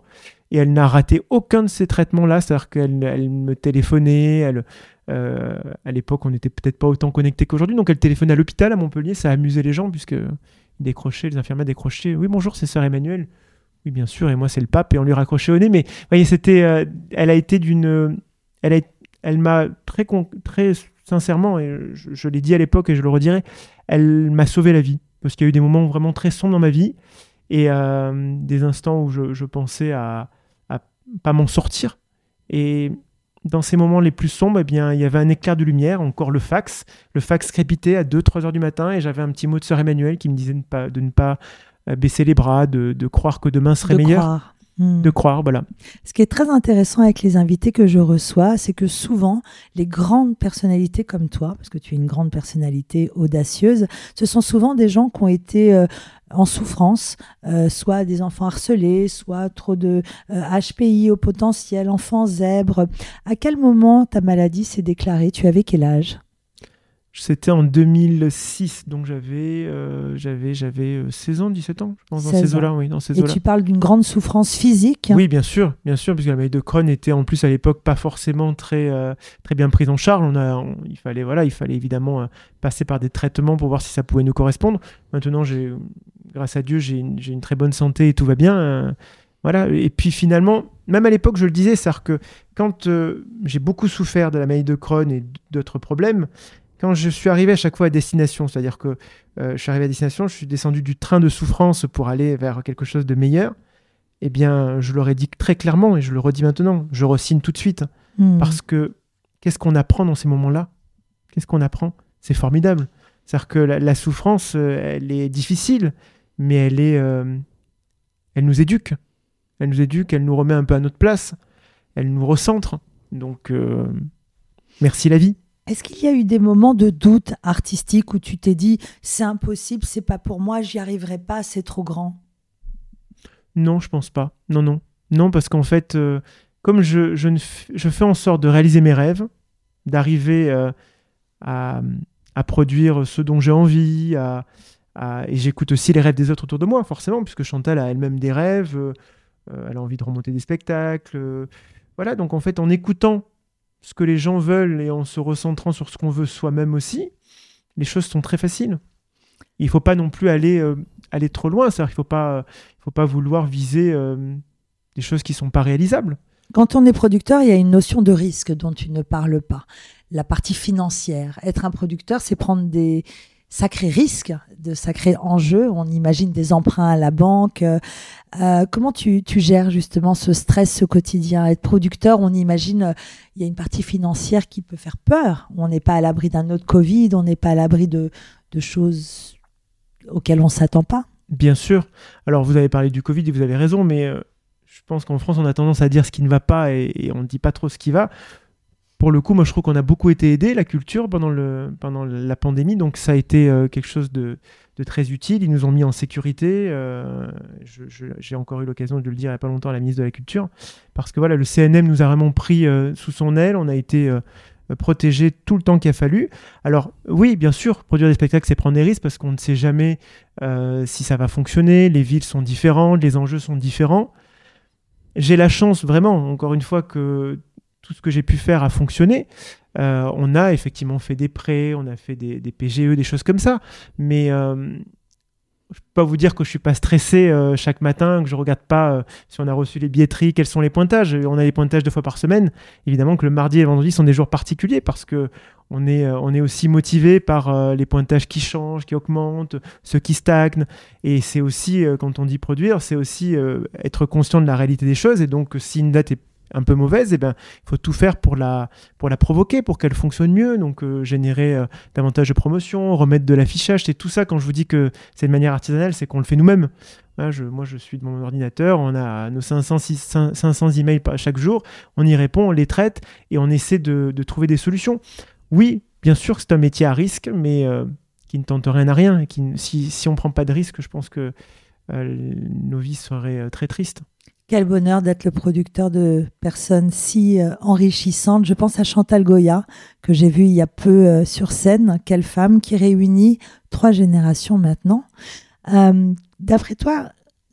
et elle n'a raté aucun de ces traitements-là. C'est-à-dire qu'elle elle me téléphonait, elle, euh, à l'époque, on n'était peut-être pas autant connectés qu'aujourd'hui, donc elle téléphonait à l'hôpital à Montpellier, ça amusait les gens, puisque décrochaient, les infirmières décrochaient. Oui, bonjour, c'est sœur Emmanuelle. Oui, bien sûr, et moi, c'est le pape, et on lui raccrochait au nez. Mais vous voyez, c'était, euh, elle a été d'une... Elle, a, elle m'a très, très sincèrement, et je, je l'ai dit à l'époque et je le redirai, elle m'a sauvé la vie. Parce qu'il y a eu des moments vraiment très sombres dans ma vie, et euh, des instants où je, je pensais à, à pas m'en sortir. Et dans ces moments les plus sombres, eh bien, il y avait un éclair de lumière, encore le fax. Le fax crépitait à deux trois heures du matin, et j'avais un petit mot de sœur Emmanuelle qui me disait de ne pas, de ne pas baisser les bras, de, de croire que demain serait de meilleur. Croire. Mmh. De croire, voilà. Ce qui est très intéressant avec les invités que je reçois, c'est que souvent, les grandes personnalités comme toi, parce que tu es une grande personnalité audacieuse, ce sont souvent des gens qui ont été euh, en souffrance, euh, soit des enfants harcelés, soit trop de euh, H P I au potentiel, enfants zèbres. À quel moment ta maladie s'est déclarée? Tu avais quel âge? C'était en deux mille six, donc j'avais, euh, j'avais, j'avais seize ans, dix-sept ans, je pense, dans ces eaux-là. Oui, dans ces Et eaux-là. tu parles d'une grande souffrance physique? Oui, bien sûr, bien sûr, puisque la maladie de Crohn était en plus à l'époque pas forcément très, euh, très bien prise en charge. On a, on, il, fallait, voilà, il fallait évidemment euh, passer par des traitements pour voir si ça pouvait nous correspondre. Maintenant, j'ai, grâce à Dieu, j'ai une, j'ai une très bonne santé et tout va bien. Euh, voilà. Et puis finalement, même à l'époque, je le disais, c'est-à-dire que quand euh, j'ai beaucoup souffert de la maladie de Crohn et d'autres problèmes, quand je suis arrivé à chaque fois à destination, c'est-à-dire que euh, je suis arrivé à destination, je suis descendu du train de souffrance pour aller vers quelque chose de meilleur, eh bien, je l'aurais dit très clairement et je le redis maintenant, je re-signe tout de suite. Mmh. Parce que qu'est-ce qu'on apprend dans ces moments-là? Qu'est-ce qu'on apprend? C'est formidable. C'est-à-dire que la, la souffrance, euh, elle est difficile, mais elle, est, euh, elle nous éduque. Elle nous éduque, elle nous remet un peu à notre place, elle nous recentre. Donc, euh, merci la vie. Est-ce qu'il y a eu des moments de doute artistique où tu t'es dit « c'est impossible, c'est pas pour moi, j'y arriverai pas, c'est trop grand » ? Non, je pense pas. Non, non. Non, parce qu'en fait, euh, comme je, je, ne f... je fais en sorte de réaliser mes rêves, d'arriver euh, à, à produire ce dont j'ai envie, à, à... et j'écoute aussi les rêves des autres autour de moi, forcément, puisque Chantal a elle-même des rêves, euh, elle a envie de remonter des spectacles. Euh, voilà, donc en fait, en écoutant ce que les gens veulent et en se recentrant sur ce qu'on veut soi-même aussi, les choses sont très faciles. Il ne faut pas non plus aller, euh, aller trop loin, c'est-à-dire qu'il ne faut pas, il faut pas vouloir viser euh, des choses qui ne sont pas réalisables. Quand on est producteur, il y a une notion de risque dont tu ne parles pas. La partie financière. Être un producteur, c'est prendre des sacrés risques, de sacrés enjeux. On imagine des emprunts à la banque. Euh, comment tu, tu gères justement ce stress, ce quotidien? Être producteur, on imagine euh, il y a une partie financière qui peut faire peur. On n'est pas à l'abri d'un autre Covid, on n'est pas à l'abri de, de choses auxquelles on ne s'attend pas. Bien sûr. Alors, vous avez parlé du Covid et vous avez raison, mais euh, je pense qu'en France, on a tendance à dire ce qui ne va pas et, et on ne dit pas trop ce qui va. Pour le coup, moi, je trouve qu'on a beaucoup été aidé, la culture, pendant, le, pendant la pandémie. Donc, ça a été euh, quelque chose de, de très utile. Ils nous ont mis en sécurité. Euh, je, je, j'ai encore eu l'occasion de le dire il n'y a pas longtemps à la ministre de la Culture. Parce que voilà, le C N M nous a vraiment pris euh, sous son aile. On a été euh, protégés tout le temps qu'il a fallu. Alors, oui, bien sûr, produire des spectacles, c'est prendre des risques parce qu'on ne sait jamais euh, si ça va fonctionner. Les villes sont différentes, les enjeux sont différents. J'ai la chance, vraiment, encore une fois, que tout ce que j'ai pu faire a fonctionné. Euh, on a effectivement fait des prêts, on a fait des, des P G E, des choses comme ça. Mais euh, je ne peux pas vous dire que je ne suis pas stressé euh, chaque matin, que je ne regarde pas euh, si on a reçu les billetteries, quels sont les pointages. On a les pointages deux fois par semaine. Évidemment que le mardi et le vendredi sont des jours particuliers parce qu'on est, euh, on est aussi motivé par euh, les pointages qui changent, qui augmentent, ceux qui stagnent. Et c'est aussi, euh, quand on dit produire, c'est aussi euh, être conscient de la réalité des choses. Et donc, si une date est un peu mauvaise, eh ben, il faut tout faire pour la, pour la provoquer, pour qu'elle fonctionne mieux, donc euh, générer euh, davantage de promotion, remettre de l'affichage, c'est tout ça. Quand je vous dis que c'est de manière artisanale, c'est qu'on le fait nous-mêmes. Là, je, moi, je suis devant mon ordinateur, on a nos cinq cents, six cents, cinq cents emails chaque jour, on y répond, on les traite et on essaie de, de trouver des solutions. Oui, bien sûr que c'est un métier à risque, mais euh, qui ne tente rien à rien. Et qui, si, si on ne prend pas de risque, je pense que euh, nos vies seraient euh, très tristes. Quel bonheur d'être le producteur de personnes si euh, enrichissantes. Je pense à Chantal Goya, que j'ai vue il y a peu euh, sur scène. Quelle femme qui réunit trois générations maintenant. Euh, d'après toi,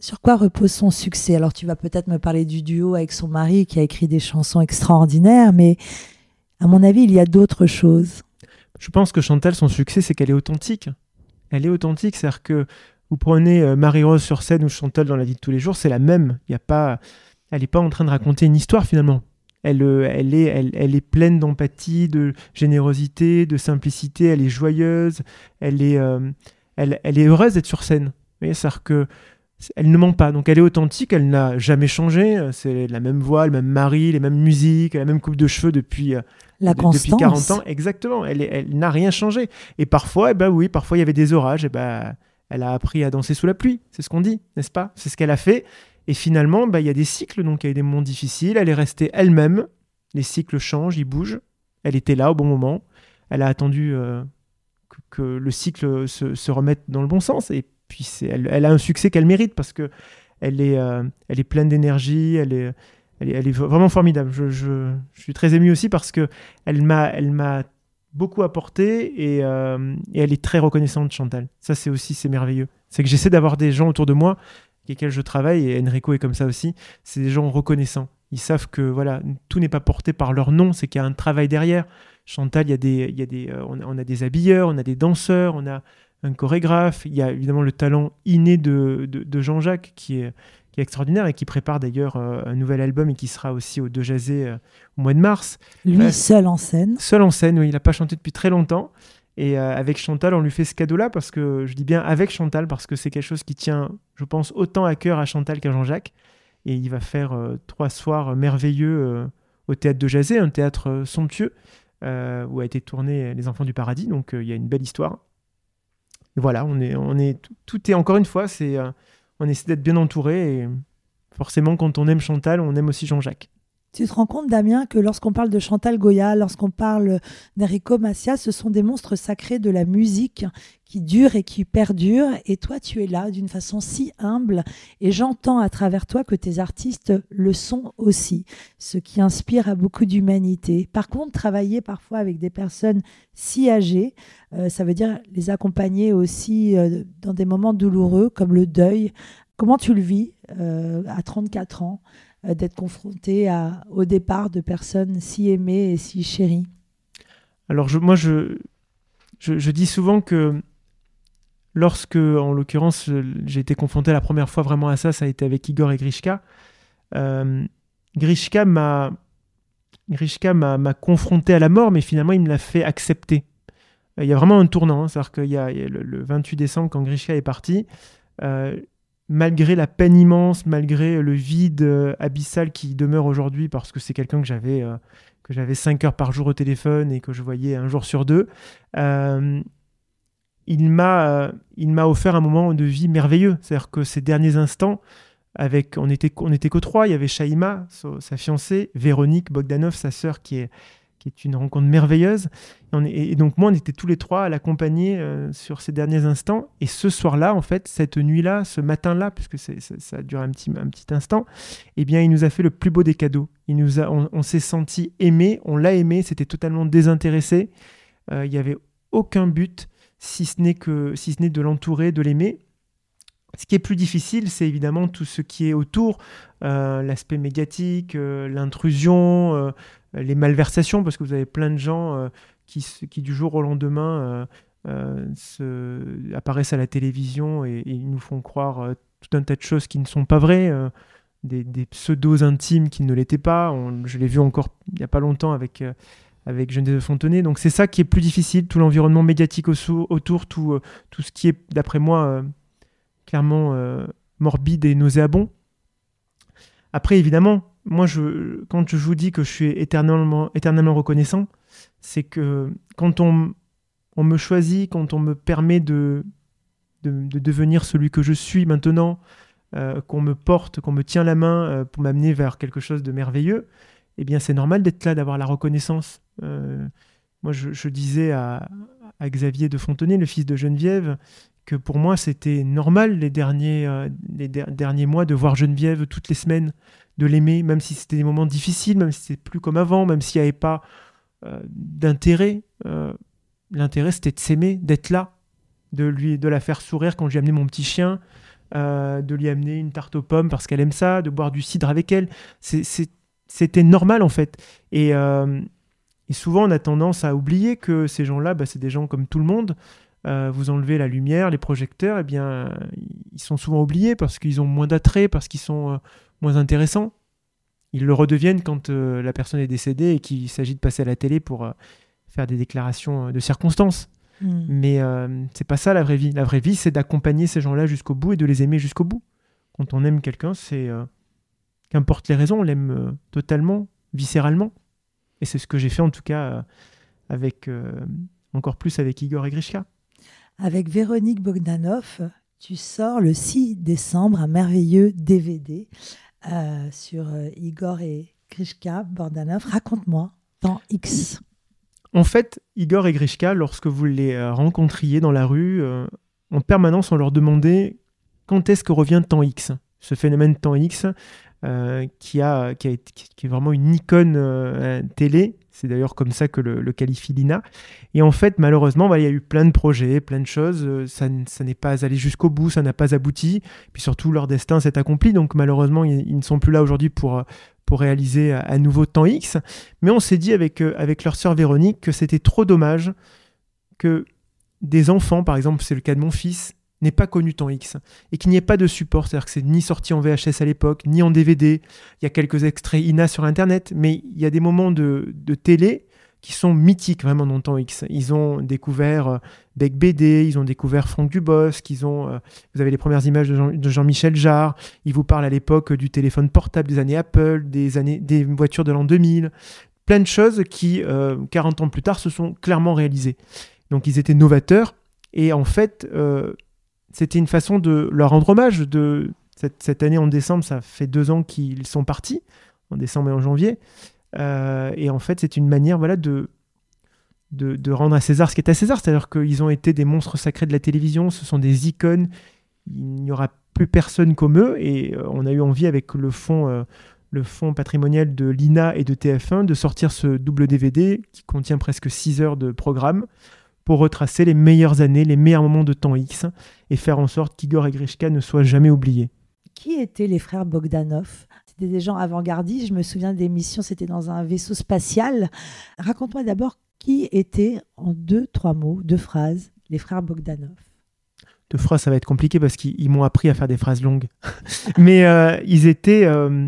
Sur quoi repose son succès? Alors, tu vas peut-être me parler du duo avec son mari qui a écrit des chansons extraordinaires, mais à mon avis, il y a d'autres choses. Je pense que Chantal, son succès, c'est qu'elle est authentique. Elle est authentique, c'est-à-dire que vous prenez euh, Marie-Rose sur scène ou Chantal dans la vie de tous les jours, c'est la même. Il y a pas, elle n'est pas en train de raconter une histoire finalement. Elle, euh, elle, est, elle, elle est pleine d'empathie, de générosité, de simplicité. Elle est joyeuse. Elle est, euh, elle, elle est heureuse d'être sur scène. Vous voyez, c'est-à-dire que elle ne ment pas. Donc elle est authentique. Elle n'a jamais changé. C'est la même voix, le même mari, les mêmes musiques, la même coupe de cheveux depuis. Euh, La de, constance. Depuis quarante ans, exactement. Elle, est, elle n'a rien changé. Et parfois, eh ben oui, parfois il y avait des orages. Et ben, elle a appris à danser sous la pluie. C'est ce qu'on dit, n'est-ce pas? C'est ce qu'elle a fait. Et finalement, ben, il y a des cycles. Donc il y a eu des moments difficiles. Elle est restée elle-même. Les cycles changent, ils bougent. Elle était là au bon moment. Elle a attendu euh, que, que le cycle se, se remette dans le bon sens. Et puis c'est, elle, elle a un succès qu'elle mérite parce que elle est, euh, elle est pleine d'énergie. Elle est Elle est, elle est vraiment formidable. Je, je, je suis très ému aussi parce qu'elle m'a, elle m'a beaucoup apporté et, euh, et elle est très reconnaissante, Chantal. Ça, c'est aussi c'est merveilleux. C'est que j'essaie d'avoir des gens autour de moi avec lesquels je travaille, et Enrico est comme ça aussi. C'est des gens reconnaissants. Ils savent que voilà, tout n'est pas porté par leur nom, c'est qu'il y a un travail derrière. Chantal, il y a des, il y a des, euh, on, a, on a des habilleurs, on a des danseurs, on a un chorégraphe. Il y a évidemment le talent inné de, de, de Jean-Jacques qui est qui est extraordinaire et qui prépare d'ailleurs euh, un nouvel album et qui sera aussi au Deux Jazés euh, au mois de mars. Lui, euh, seul en scène. Seul en scène, oui, il n'a pas chanté depuis très longtemps. Et euh, avec Chantal, on lui fait ce cadeau-là parce que, je dis bien avec Chantal, parce que c'est quelque chose qui tient, je pense, autant à cœur à Chantal qu'à Jean-Jacques. Et il va faire euh, trois soirs merveilleux euh, au Théâtre Deux Jazés, un théâtre euh, somptueux euh, où a été tourné Les Enfants du Paradis. Donc il euh, y a une belle histoire. Et voilà, on est, on est, tout, tout est, encore une fois, c'est... Euh, on essaie d'être bien entouré et forcément, quand on aime Chantal, on aime aussi Jean-Jacques. Tu te rends compte, Damien, que lorsqu'on parle de Chantal Goya, lorsqu'on parle d'Enrico Macias, ce sont des monstres sacrés de la musique qui durent et qui perdurent. Et toi, tu es là d'une façon si humble. Et j'entends à travers toi que tes artistes le sont aussi, ce qui inspire à beaucoup d'humanité. Par contre, travailler parfois avec des personnes si âgées, euh, ça veut dire les accompagner aussi euh, dans des moments douloureux comme le deuil. Comment tu le vis euh, à trente-quatre ans euh, d'être confronté à, au départ de personnes si aimées et si chéries? Alors je, moi, je, je, je dis souvent que lorsque, en l'occurrence, j'ai été confronté la première fois vraiment à ça, ça a été avec Igor et Grishka. Euh, Grishka m'a, Grishka m'a, m'a confronté à la mort, mais finalement, il me l'a fait accepter. Il y a vraiment un tournant, hein, c'est-à-dire qu'il y a, il y a le, le vingt-huit décembre, quand Grishka est parti, euh, malgré la peine immense, malgré le vide euh, abyssal qui demeure aujourd'hui, parce que c'est quelqu'un que j'avais, euh, que j'avais cinq heures par jour au téléphone et que je voyais un jour sur deux, euh, il, m'a, euh, il m'a offert un moment de vie merveilleux. C'est-à-dire que ces derniers instants, avec, on n'était on était qu'aux trois, il y avait Shaima, so, sa fiancée, Véronique Bogdanov, sa sœur, qui est, qui est une rencontre merveilleuse. Et, on est, et donc moi, on était tous les trois à l'accompagner euh, sur ces derniers instants. Et ce soir-là, en fait, cette nuit-là, ce matin-là, puisque c'est, ça, ça a duré un petit, un petit instant, eh bien, il nous a fait le plus beau des cadeaux. Il nous a, on, on s'est senti aimé, on l'a aimé, c'était totalement désintéressé. Euh, il n'y avait aucun but, si ce n'est que, si ce n'est de l'entourer, de l'aimer. Ce qui est plus difficile, c'est évidemment tout ce qui est autour, euh, l'aspect médiatique, euh, l'intrusion, euh, les malversations, parce que vous avez plein de gens euh, qui, qui, du jour au lendemain, euh, euh, se, apparaissent à la télévision et, et ils nous font croire euh, tout un tas de choses qui ne sont pas vraies, euh, des, des pseudos intimes qui ne l'étaient pas. On, je l'ai vu encore il n'y a pas longtemps avec... Euh, avec Geneviève de Fontenay. Donc c'est ça qui est plus difficile, tout l'environnement médiatique au- autour, tout, euh, tout ce qui est, d'après moi, euh, clairement euh, morbide et nauséabond. Après, évidemment, moi, je, quand je vous dis que je suis éternellement, éternellement reconnaissant, c'est que quand on, on me choisit, quand on me permet de, de, de devenir celui que je suis maintenant, euh, qu'on me porte, qu'on me tient la main euh, pour m'amener vers quelque chose de merveilleux, eh bien, c'est normal d'être là, d'avoir la reconnaissance. Euh, moi, je, je disais à, à Xavier de Fontenay, le fils de Geneviève, que pour moi, c'était normal les derniers, euh, les der- derniers mois de voir Geneviève toutes les semaines, de l'aimer, même si c'était des moments difficiles, même si c'était plus comme avant, même s'il n'y avait pas euh, d'intérêt. Euh, l'intérêt, c'était de s'aimer, d'être là, de, lui, de la faire sourire quand j'ai amené mon petit chien, euh, de lui amener une tarte aux pommes parce qu'elle aime ça, de boire du cidre avec elle. C'est, c'est, c'était normal en fait. Et, euh, et souvent on a tendance à oublier que ces gens-là, bah, c'est des gens comme tout le monde. Euh, vous enlevez la lumière, les projecteurs, eh bien, ils sont souvent oubliés parce qu'ils ont moins d'attrait, parce qu'ils sont euh, moins intéressants. Ils le redeviennent quand euh, la personne est décédée et qu'il s'agit de passer à la télé pour euh, faire des déclarations de circonstances. Mmh. Mais euh, c'est pas ça la vraie vie. La vraie vie, c'est d'accompagner ces gens-là jusqu'au bout et de les aimer jusqu'au bout. Quand on aime quelqu'un, c'est euh, qu'importe les raisons, on l'aime euh, totalement, viscéralement. Et c'est ce que j'ai fait en tout cas euh, avec euh, encore plus avec Igor et Grishka. Avec Véronique Bogdanov, tu sors le six décembre un merveilleux D V D euh, sur euh, Igor et Grishka Bogdanov. Raconte-moi, Temps X. En fait, Igor et Grishka, lorsque vous les euh, rencontriez dans la rue, euh, en permanence, on leur demandait quand est-ce que revient Temps X, ce phénomène Temps X euh, qui, a, qui, a, qui est vraiment une icône euh, télé. C'est d'ailleurs comme ça que le, le qualifie Lina. Et en fait, malheureusement, bah, il y a eu plein de projets, plein de choses. Ça, ça n'est pas allé jusqu'au bout, ça n'a pas abouti. Puis surtout, leur destin s'est accompli. Donc malheureusement, ils, ils ne sont plus là aujourd'hui pour, pour réaliser à, à nouveau Temps X. Mais on s'est dit avec, avec leur sœur Véronique que c'était trop dommage que des enfants, par exemple, c'est le cas de mon fils, n'aient pas connu Temps X et qu'il n'y ait pas de support. C'est-à-dire que c'est ni sorti en V H S à l'époque, ni en D V D. Il y a quelques extraits I N A sur Internet, mais il y a des moments de, de télé qui sont mythiques vraiment dans Temps X. Ils ont découvert euh, Bec B D, ils ont découvert Franck Dubosc, ils ont, euh, vous avez les premières images de, Jean, de Jean-Michel Jarre, ils vous parlent à l'époque du téléphone portable des années Apple, des, années, des voitures de l'an deux mille, plein de choses qui, euh, quarante ans plus tard, se sont clairement réalisées. Donc ils étaient novateurs et en fait... Euh, c'était une façon de leur rendre hommage. De cette, cette année, en décembre, ça fait deux ans qu'ils sont partis, en décembre et en janvier. Euh, et en fait, c'est une manière voilà, de, de, de rendre à César ce qui est à César. C'est-à-dire qu'ils ont été des monstres sacrés de la télévision, ce sont des icônes. Il n'y aura plus personne comme eux. Et euh, on a eu envie, avec le fonds, euh, le fonds patrimonial de l'I N A et de T F un, de sortir ce double D V D qui contient presque six heures de programme, pour retracer les meilleures années, les meilleurs moments de Temps X et faire en sorte qu'Igor et Grishka ne soient jamais oubliés. Qui étaient les frères Bogdanov ? C'était des gens avant-gardistes. Je me souviens d'émissions, c'était dans un vaisseau spatial. Raconte-moi d'abord qui étaient, en deux, trois mots, deux phrases, les frères Bogdanov. Deux phrases, ça va être compliqué parce qu'ils m'ont appris à faire des phrases longues. Mais euh, ils étaient... Euh...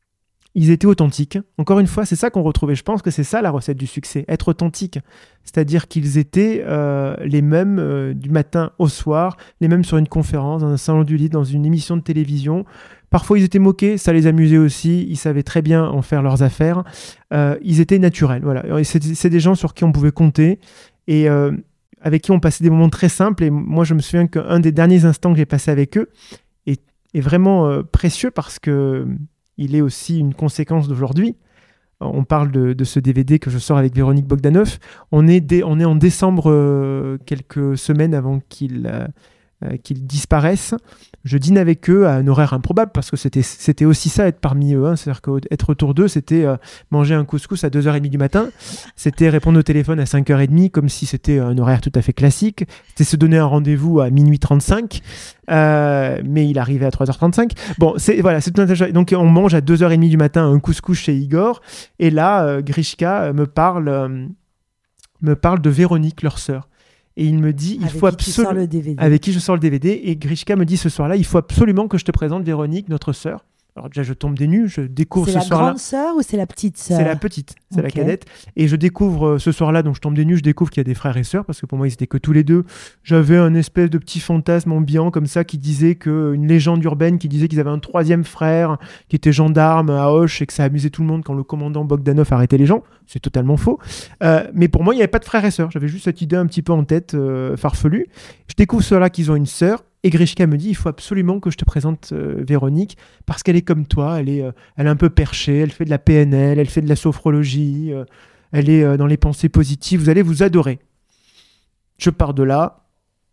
Ils étaient authentiques. Encore une fois, c'est ça qu'on retrouvait. Je pense que c'est ça la recette du succès, être authentique. C'est-à-dire qu'ils étaient euh, les mêmes euh, du matin au soir, les mêmes sur une conférence, dans un salon du livre, dans une émission de télévision. Parfois, ils étaient moqués, ça les amusait aussi. Ils savaient très bien en faire leurs affaires. Euh, ils étaient naturels. Voilà. Et c'est, c'est des gens sur qui on pouvait compter et euh, avec qui on passait des moments très simples. Et moi, je me souviens qu'un des derniers instants que j'ai passé avec eux est, est vraiment euh, précieux parce que il est aussi une conséquence d'aujourd'hui. On parle de, de ce D V D que je sors avec Véronique Bogdanov. On est, dé, on est en décembre, euh, quelques semaines avant qu'il, euh, qu'ils disparaissent. Je dîne avec eux à un horaire improbable parce que c'était, c'était aussi ça, être parmi eux. Hein. C'est-à-dire qu'être autour d'eux, c'était euh, manger un couscous à deux heures trente du matin. C'était répondre au téléphone à cinq heures trente comme si c'était un horaire tout à fait classique. C'était se donner un rendez-vous à minuit trente-cinq. Euh, mais il arrivait à trois heures trente-cinq. Bon, c'est, voilà, c'est tout un tas. Donc on mange à deux heures trente du matin un couscous chez Igor. Et là, euh, Grishka me parle, euh, me parle de Véronique, leur sœur. Et il me dit, il avec faut qui absolument... tu sors le D V D. Avec qui je sors le D V D. Et Grishka me dit ce soir-là, il faut absolument que je te présente Véronique, notre sœur. Alors déjà, je tombe des nues, je découvre c'est ce soir-là. C'est la grande sœur ou c'est la petite sœur ? C'est la petite, c'est okay. la cadette. Et je découvre euh, ce soir-là, donc je tombe des nues, je découvre qu'il y a des frères et sœurs, parce que pour moi, ils étaient que tous les deux. J'avais un espèce de petit fantasme ambiant comme ça qui disait que, une légende urbaine qui disait qu'ils avaient un troisième frère qui était gendarme à Auch et que ça amusait tout le monde quand le commandant Bogdanov arrêtait les gens. C'est totalement faux. Euh, mais pour moi, il n'y avait pas de frères et sœurs. J'avais juste cette idée un petit peu en tête, euh, farfelue. Je découvre ceux-là qu'ils ont une sœur. Et Grishka me dit, il faut absolument que je te présente euh, Véronique, parce qu'elle est comme toi, elle est, euh, elle est un peu perchée, elle fait de la P N L, elle fait de la sophrologie, euh, elle est euh, dans les pensées positives, vous allez vous adorer. Je pars de là,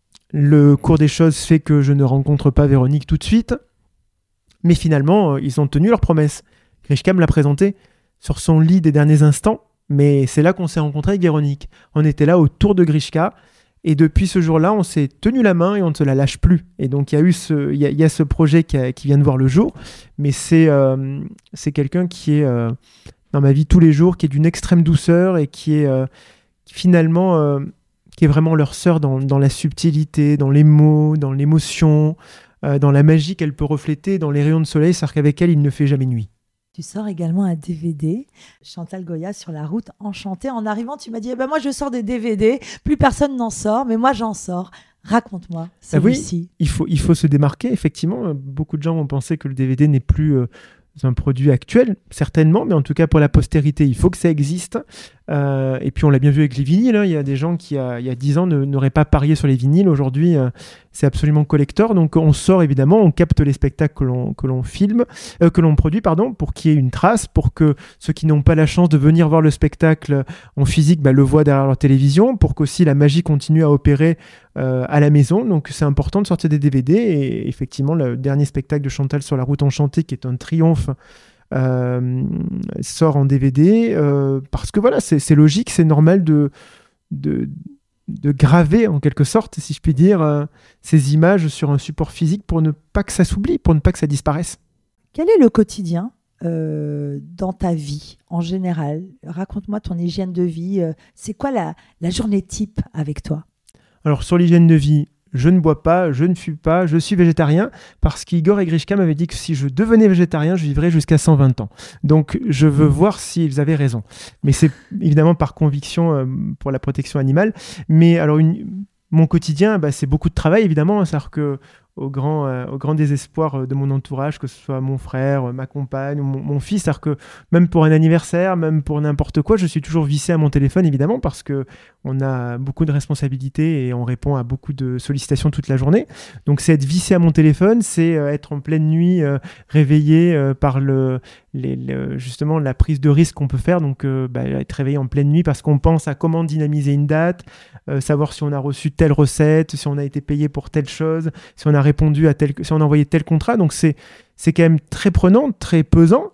le cours des choses fait que je ne rencontre pas Véronique tout de suite, mais finalement, euh, ils ont tenu leur promesse. Grishka me l'a présentée sur son lit des derniers instants, mais c'est là qu'on s'est rencontrés avec Véronique. On était là autour de Grishka. Et depuis ce jour-là, on s'est tenu la main et on ne se la lâche plus. Et donc, il y a eu ce, il y a, il y a ce projet qui, a, qui vient de voir le jour. Mais c'est, euh, c'est quelqu'un qui est euh, dans ma vie tous les jours, qui est d'une extrême douceur et qui est euh, qui finalement, euh, qui est vraiment leur sœur dans, dans la subtilité, dans les mots, dans l'émotion, euh, dans la magie qu'elle peut refléter, dans les rayons de soleil. C'est-à-dire qu'avec elle, il ne fait jamais nuit. Tu sors également un D V D, Chantal Goya sur la route enchantée. En arrivant, tu m'as dit eh ben moi je sors des D V D, plus personne n'en sort, mais moi j'en sors. Raconte-moi celui-ci. Ah oui, il faut, il faut se démarquer, effectivement. Beaucoup de gens ont pensé que le D V D n'est plus euh, un produit actuel, certainement, mais en tout cas pour la postérité, il faut que ça existe. Euh, et puis on l'a bien vu avec les vinyles, hein. Il y a des gens qui, il y a dix ans, ne, n'auraient pas parié sur les vinyles. Aujourd'hui, euh, c'est absolument collector. Donc on sort évidemment, on capte les spectacles que l'on, que l'on filme, euh, que l'on produit, pardon, pour qu'il y ait une trace, pour que ceux qui n'ont pas la chance de venir voir le spectacle en physique bah, le voient derrière leur télévision, pour qu'aussi la magie continue à opérer euh, à la maison. Donc c'est important de sortir des D V D. Et effectivement, le dernier spectacle de Chantal sur la route enchantée, qui est un triomphe, Euh, sort en D V D euh, parce que voilà, c'est, c'est logique, c'est normal de, de, de graver en quelque sorte, si je puis dire, euh, ces images sur un support physique pour ne pas que ça s'oublie, pour ne pas que ça disparaisse. Quel est le quotidien euh, dans ta vie en général? Raconte-moi ton hygiène de vie. Euh, c'est quoi la, la journée type avec toi? Alors sur l'hygiène de vie, je ne bois pas, je ne fume pas, je suis végétarien parce qu'Igor et Grishka m'avaient dit que si je devenais végétarien, je vivrais jusqu'à cent vingt ans. Donc je veux voir s'ils avaient raison. Mais c'est évidemment par conviction euh, pour la protection animale. Mais alors une, mon quotidien, bah, c'est beaucoup de travail évidemment. C'est-à-dire que au grand, euh, au grand désespoir de mon entourage, que ce soit mon frère, ma compagne ou mon, mon fils. C'est-à-dire que même pour un anniversaire, même pour n'importe quoi, je suis toujours vissé à mon téléphone, évidemment, parce qu'on a beaucoup de responsabilités et on répond à beaucoup de sollicitations toute la journée. Donc c'est être vissé à mon téléphone, c'est euh, être en pleine nuit, euh, réveillé euh, par le, les, le, justement la prise de risque qu'on peut faire. Donc euh, bah, être réveillé en pleine nuit parce qu'on pense à comment dynamiser une date, euh, savoir si on a reçu telle recette, si on a été payé pour telle chose, si on a répondu à tel, si on a envoyé tel contrat. Donc c'est, c'est quand même très prenant, très pesant.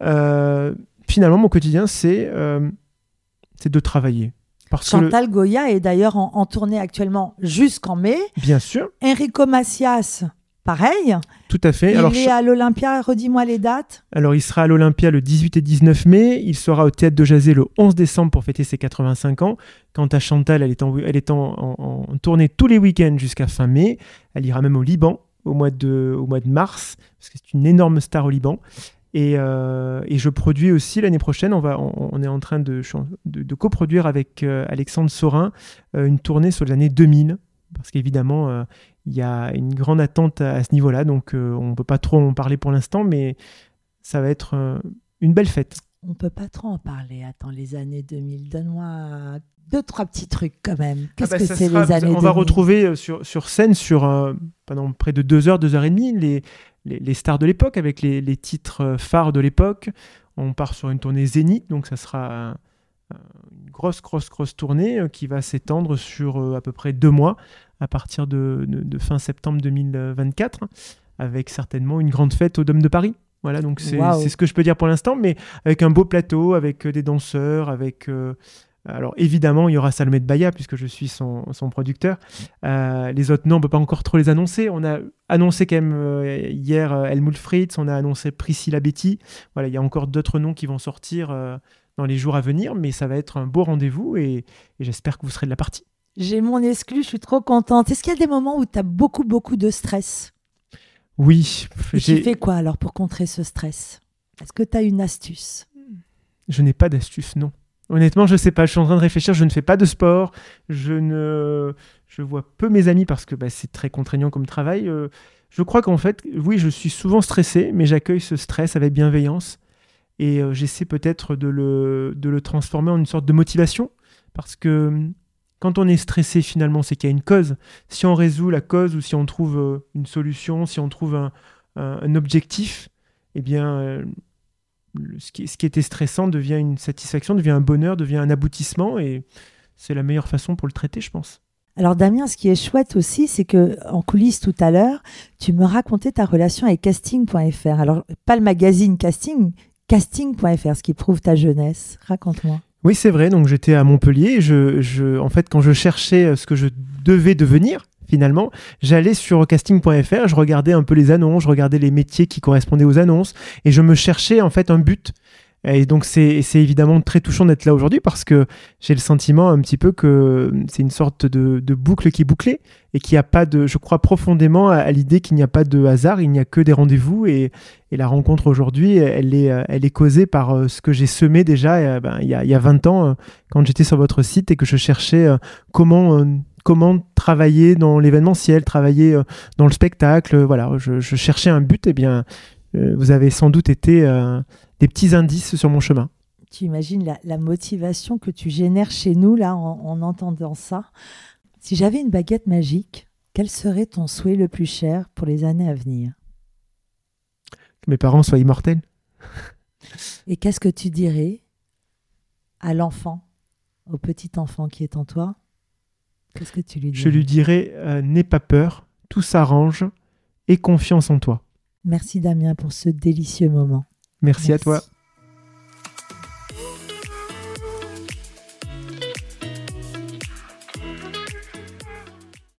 Euh, finalement, mon quotidien, c'est, euh, c'est de travailler. Parce Chantal le... Goya est d'ailleurs en, en tournée actuellement jusqu'en mai. Bien sûr. Enrico Macias, pareil. Tout à fait. Il alors, est à l'Olympia, redis-moi les dates. Alors, il sera à l'Olympia le dix-huit et dix-neuf mai. Il sera au Théâtre de Jazet le onze décembre pour fêter ses quatre-vingt-cinq ans. Quant à Chantal, elle est en, elle est en, en, en tournée tous les week-ends jusqu'à fin mai. Elle ira même au Liban au mois de, au mois de mars, parce que c'est une énorme star au Liban. Et, euh, et je produis aussi l'année prochaine, on, va, on, on est en train de, de, de coproduire avec euh, Alexandre Sorin euh, une tournée sur l'année deux mille, parce qu'évidemment, euh, il y a une grande attente à, à ce niveau-là, donc euh, on ne peut pas trop en parler pour l'instant, mais ça va être euh, une belle fête. On ne peut pas trop en parler. Attends, les années deux mille, donne-moi deux, trois petits trucs quand même. Qu'est-ce ah bah, que c'est sera, les années on deux mille? va retrouver sur, sur scène, sur, euh, pendant près de deux heures, deux heures et demie, les, les, les stars de l'époque, avec les, les titres phares de l'époque. On part sur une tournée Zénith, donc ça sera euh, une grosse, grosse, grosse tournée euh, qui va s'étendre sur euh, à peu près deux mois, à partir de, de, de fin septembre deux mille vingt-quatre, avec certainement une grande fête au Dôme de Paris. Voilà, donc c'est, wow. c'est ce que je peux dire pour l'instant, mais avec un beau plateau, avec euh, des danseurs, avec... Euh, alors évidemment, il y aura Salomé de Bahia, puisque je suis son, son producteur. Euh, les autres noms, on ne peut pas encore trop les annoncer. On a annoncé quand même euh, hier euh, Helmut Fritz, on a annoncé Priscilla Betty. Voilà, il y a encore d'autres noms qui vont sortir euh, dans les jours à venir, mais ça va être un beau rendez-vous et, et j'espère que vous serez de la partie. J'ai mon exclu, je suis trop contente. Est-ce qu'il y a des moments où tu as beaucoup, beaucoup de stress? Oui. Et tu fais quoi alors pour contrer ce stress? Est-ce que tu as une astuce? Je n'ai pas d'astuce, non. Honnêtement, je ne sais pas. Je suis en train de réfléchir. Je ne fais pas de sport. Je, ne... je vois peu mes amis parce que bah, c'est très contraignant comme travail. Euh, je crois qu'en fait, oui, je suis souvent stressé, mais j'accueille ce stress avec bienveillance. Et euh, j'essaie peut-être de le, de le transformer en une sorte de motivation. Parce que quand on est stressé, finalement, c'est qu'il y a une cause. Si on résout la cause ou si on trouve euh, une solution, si on trouve un, un, un objectif, eh bien... Euh, Ce qui, ce qui était stressant devient une satisfaction, devient un bonheur, devient un aboutissement et c'est la meilleure façon pour le traiter, je pense. Alors Damien, ce qui est chouette aussi, c'est qu'en coulisses tout à l'heure, tu me racontais ta relation avec casting point f r. Alors, pas le magazine Casting, casting point f r, ce qui prouve ta jeunesse. Raconte-moi. Oui, c'est vrai. Donc, j'étais à Montpellier. Et je, je, en fait, quand je cherchais ce que je devais devenir, finalement, j'allais sur casting point f r, je regardais un peu les annonces, je regardais les métiers qui correspondaient aux annonces, et je me cherchais en fait un but. Et donc, c'est, c'est évidemment très touchant d'être là aujourd'hui parce que j'ai le sentiment un petit peu que c'est une sorte de, de boucle qui est bouclée et qu'il n'y a pas de... Je crois profondément à, à l'idée qu'il n'y a pas de hasard, il n'y a que des rendez-vous et, et la rencontre aujourd'hui, elle est, elle est causée par ce que j'ai semé déjà euh, ben, il, y a, il y a vingt ans euh, quand j'étais sur votre site et que je cherchais euh, comment... Euh, comment travailler dans l'événementiel, travailler euh, dans le spectacle. Euh, voilà, je, je cherchais un but. Eh bien, euh, vous avez sans doute été euh, des petits indices sur mon chemin. Tu imagines la, la motivation que tu génères chez nous, là, en, en entendant ça. Si j'avais une baguette magique, quel serait ton souhait le plus cher pour les années à venir ? Que mes parents soient immortels. Et qu'est-ce que tu dirais à l'enfant, au petit enfant qui est en toi ? Qu'est-ce que tu lui dirais ? Je lui dirais, euh, n'aie pas peur, tout s'arrange, aie confiance en toi. Merci Damien pour ce délicieux moment. Merci, Merci. à toi.